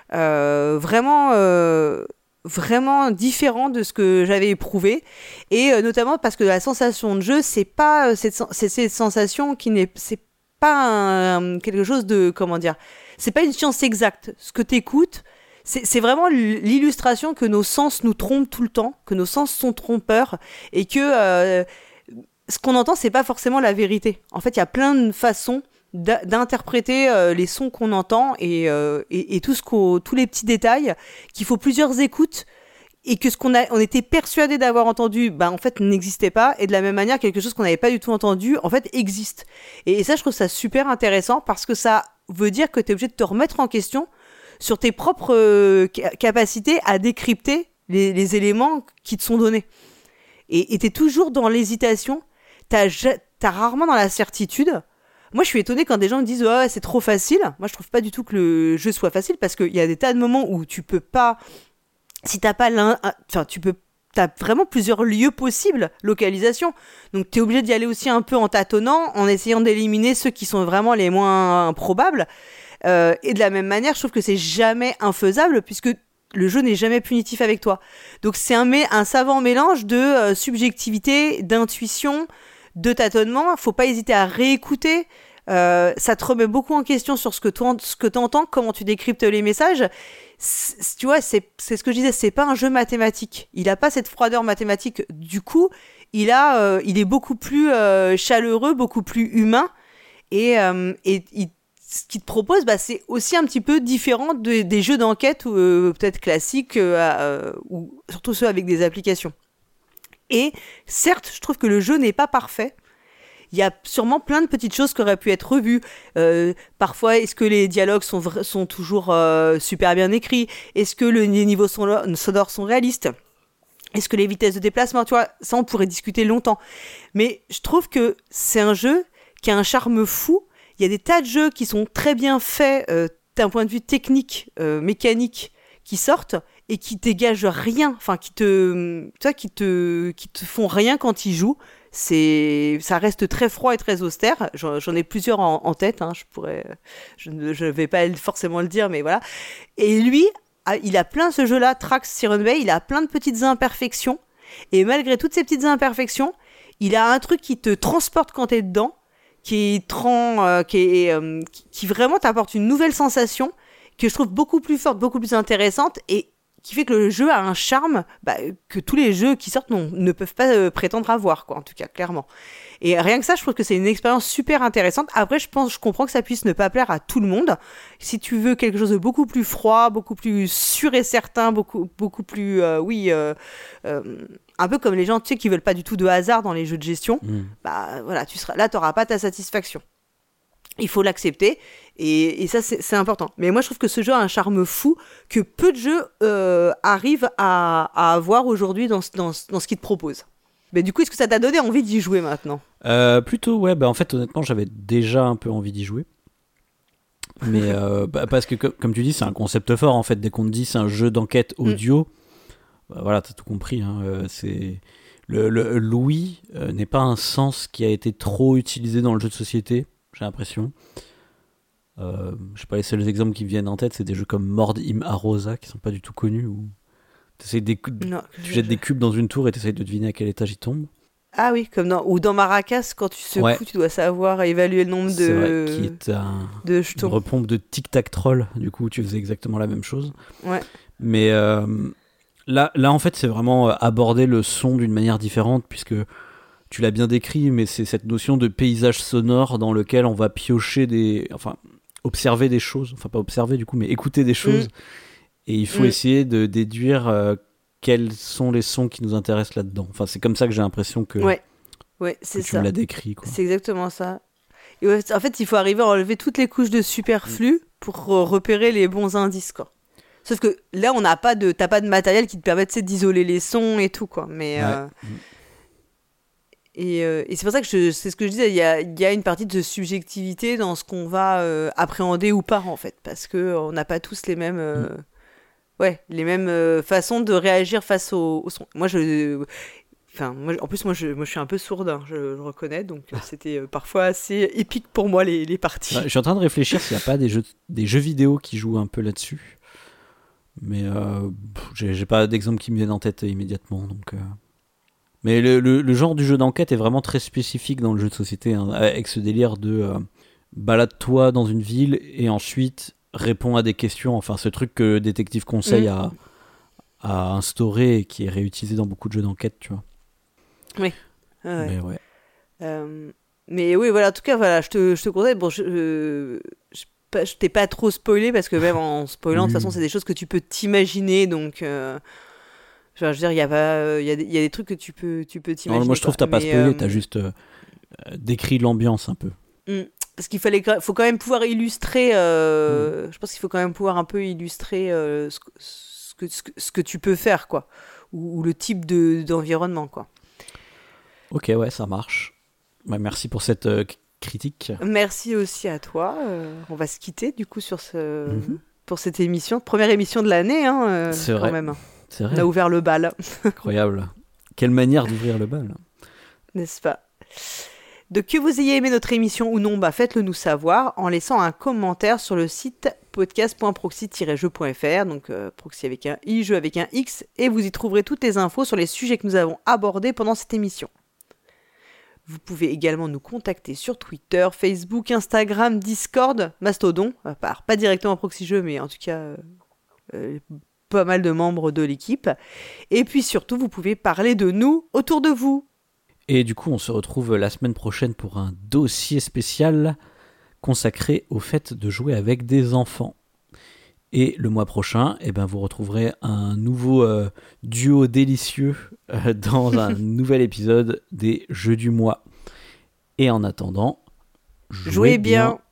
Euh, vraiment... Euh, vraiment différent de ce que j'avais éprouvé et euh, notamment parce que la sensation de jeu c'est pas euh, cette, c'est cette sensation qui n'est c'est pas un, quelque chose de comment dire c'est pas une science exacte ce que t'écoutes c'est, c'est vraiment l'illustration que nos sens nous trompent tout le temps que nos sens sont trompeurs et que euh, ce qu'on entend c'est pas forcément la vérité en fait il y a plein de façons d'interpréter euh, les sons qu'on entend et, euh, et, et tout ce qu'on, tous les petits détails, qu'il faut plusieurs écoutes et que ce qu'on a, on était persuadé d'avoir entendu, bah en fait n'existait pas et de la même manière quelque chose qu'on n'avait pas du tout entendu en fait existe. Et, et ça je trouve ça super intéressant parce que ça veut dire que tu es obligé de te remettre en question sur tes propres euh, capacités à décrypter les, les éléments qui te sont donnés. Et tu es toujours dans l'hésitation, t'as, t'as rarement dans la certitude. Moi, je suis étonnée quand des gens me disent « Oh, c'est trop facile ». Moi, je trouve pas du tout que le jeu soit facile parce qu'il y a des tas de moments où tu peux pas... Si t'as pas l'un... Enfin, tu peux... T'as vraiment plusieurs lieux possibles, localisation. Donc, t'es obligé d'y aller aussi un peu en tâtonnant, en essayant d'éliminer ceux qui sont vraiment les moins probables. Euh, et de la même manière, je trouve que c'est jamais infaisable puisque le jeu n'est jamais punitif avec toi. Donc, c'est un, un savant mélange de euh, subjectivité, d'intuition... de tâtonnement, faut pas hésiter à réécouter. Euh, ça te remet beaucoup en question sur ce que tu ce que t'entends, comment tu décryptes les messages. C'est, tu vois, c'est, c'est ce que je disais, c'est pas un jeu mathématique. Il a pas cette froideur mathématique. Du coup, il a, euh, il est beaucoup plus euh, chaleureux, beaucoup plus humain. Et, euh, et il, ce qu'il te propose, bah, c'est aussi un petit peu différent de, des jeux d'enquête ou euh, peut-être classiques euh, euh, ou surtout ceux avec des applications. Et certes, je trouve que le jeu n'est pas parfait. Il y a sûrement plein de petites choses qui auraient pu être revues. Euh, parfois, est-ce que les dialogues sont, vra- sont toujours euh, super bien écrits ? Est-ce que le, les niveaux sonores sont réalistes ? Est-ce que les vitesses de déplacement, tu vois, ça on pourrait discuter longtemps. Mais je trouve que c'est un jeu qui a un charme fou. Il y a des tas de jeux qui sont très bien faits euh, d'un point de vue technique, euh, mécanique, qui sortent et qui dégagent rien, enfin qui te, tu vois, qui te, qui te font rien quand ils jouent. C'est, ça reste très froid et très austère. J'en, j'en ai plusieurs en, en tête. Hein, je pourrais, je ne je vais pas forcément le dire, mais voilà. Et lui, il a plein ce jeu-là, Tracks Siren Bay. Il a plein de petites imperfections. Et malgré toutes ces petites imperfections, il a un truc qui te transporte quand t'es dedans, qui te rend, euh, qui, est, euh, qui, qui vraiment t'apporte une nouvelle sensation que je trouve beaucoup plus forte, beaucoup plus intéressante et qui fait que le jeu a un charme bah, que tous les jeux qui sortent non, ne peuvent pas euh, prétendre avoir, quoi, en tout cas, clairement. Et rien que ça, je trouve que c'est une expérience super intéressante. Après, je pense, je comprends que ça puisse ne pas plaire à tout le monde. Si tu veux quelque chose de beaucoup plus froid, beaucoup plus sûr et certain, beaucoup, beaucoup plus, euh, oui, euh, euh, un peu comme les gens, tu sais, qui veulent pas du tout de hasard dans les jeux de gestion, mmh. bah voilà, tu seras là, t'auras pas ta satisfaction. Il faut l'accepter et, et ça c'est, c'est important. Mais moi je trouve que ce jeu a un charme fou que peu de jeux euh, arrivent à, à avoir aujourd'hui dans, dans, dans ce qu'ils te proposent. Mais du coup, est-ce que ça t'a donné envie d'y jouer maintenant ? euh, Plutôt, ouais. Bah, en fait, honnêtement, j'avais déjà un peu envie d'y jouer. Mais euh, bah, parce que, comme, comme tu dis, c'est un concept fort en fait. Dès qu'on te dit c'est un jeu d'enquête audio, mm. bah, voilà, t'as tout compris. Hein, euh, c'est... Le, le, l'ouïe euh, n'est pas un sens qui a été trop utilisé dans le jeu de société. J'ai l'impression. Euh, je sais pas, les seuls exemples qui me viennent en tête, c'est des jeux comme Mord Im Arosa qui sont pas du tout connus. Où des, non, tu jettes je... des cubes dans une tour et t'essayes de deviner à quel étage ils tombent. Ah oui, comme dans, ou dans Maracas, quand tu secoues, ouais. tu dois savoir évaluer le nombre de, c'est vrai, qui est un, de jetons. Une repompe de tic-tac troll. Du coup, tu faisais exactement la même chose. Ouais. Mais euh, là, là, en fait, c'est vraiment aborder le son d'une manière différente puisque. Tu l'as bien décrit, mais c'est cette notion de paysage sonore dans lequel on va piocher des... Enfin, observer des choses. Enfin, pas observer du coup, mais écouter des choses. Mmh. Et il faut mmh. essayer de déduire euh, quels sont les sons qui nous intéressent là-dedans. Enfin, c'est comme ça que j'ai l'impression que, ouais. Ouais, c'est que tu ça. me l'as décrit. Quoi. C'est exactement ça. Et ouais, en fait, il faut arriver à enlever toutes les couches de superflu mmh. pour euh, repérer les bons indices, quoi. Sauf que là, on n'a pas de... T'as pas de matériel qui te permet d'isoler les sons et tout, quoi. Mais... Ouais. Euh... Mmh. Et, euh, et c'est pour ça que je, c'est ce que je disais, il y a, il y a une partie de subjectivité dans ce qu'on va euh, appréhender ou pas en fait, parce que on n'a pas tous les mêmes, euh, mmh. ouais, les mêmes euh, façons de réagir face au, au son. Moi, je, enfin, moi, en plus, moi, je, moi, je suis un peu sourde, hein, je, je le reconnais, donc euh, c'était euh, parfois assez épique pour moi les, les parties. Ouais, je suis en train de réfléchir s'il n'y a pas des jeux, des jeux vidéo qui jouent un peu là-dessus, mais euh, j'ai, j'ai pas d'exemple qui me viennent en tête immédiatement, donc. Euh... Mais le, le, le genre du jeu d'enquête est vraiment très spécifique dans le jeu de société, hein, avec ce délire de euh, balade-toi dans une ville et ensuite réponds à des questions. Enfin, ce truc que Détective Conseil mmh. a, a instauré et qui est réutilisé dans beaucoup de jeux d'enquête, tu vois. Oui. Ah ouais. Mais ouais. Euh, mais oui, voilà. En tout cas, voilà, je te, je te conseille. Bon, je, euh, je, je t'ai pas trop spoilé parce que même en spoilant, de toute façon, c'est des choses que tu peux t'imaginer, donc. Euh, Enfin, je veux dire, il y a pas, il y a des, il y a des trucs que tu peux, tu peux t'imaginer. Non, moi je trouve que t'as pas spoilé, euh, t'as juste euh, décrit l'ambiance un peu. Parce qu'il fallait, faut quand même pouvoir illustrer. Euh, mm. Je pense qu'il faut quand même pouvoir un peu illustrer euh, ce, ce, que, ce, que, ce que tu peux faire, quoi, ou, ou le type de d'environnement, quoi. Ok, ouais, ça marche. Bah, merci pour cette euh, critique. Merci aussi à toi. Euh, on va se quitter du coup sur ce, mm-hmm. pour cette émission, première émission de l'année, hein, euh, C'est quand vrai. même. C'est vrai. On a ouvert le bal. Incroyable. Quelle manière d'ouvrir le bal. N'est-ce pas ? De que vous ayez aimé notre émission ou non, bah faites-le nous savoir en laissant un commentaire sur le site podcast point proxy tiret jeu point f r, donc euh, proxy avec un i, jeu avec un x, et vous y trouverez toutes les infos sur les sujets que nous avons abordés pendant cette émission. Vous pouvez également nous contacter sur Twitter, Facebook, Instagram, Discord, Mastodon, à part, pas directement proxy jeu, mais en tout cas... Euh, euh, pas mal de membres de l'équipe. Et puis surtout, vous pouvez parler de nous autour de vous. Et du coup, on se retrouve la semaine prochaine pour un dossier spécial consacré au fait de jouer avec des enfants. Et le mois prochain, eh ben, vous retrouverez un nouveau euh, duo délicieux euh, dans un nouvel épisode des Jeux du mois. Et en attendant, jouez, jouez bien, bien.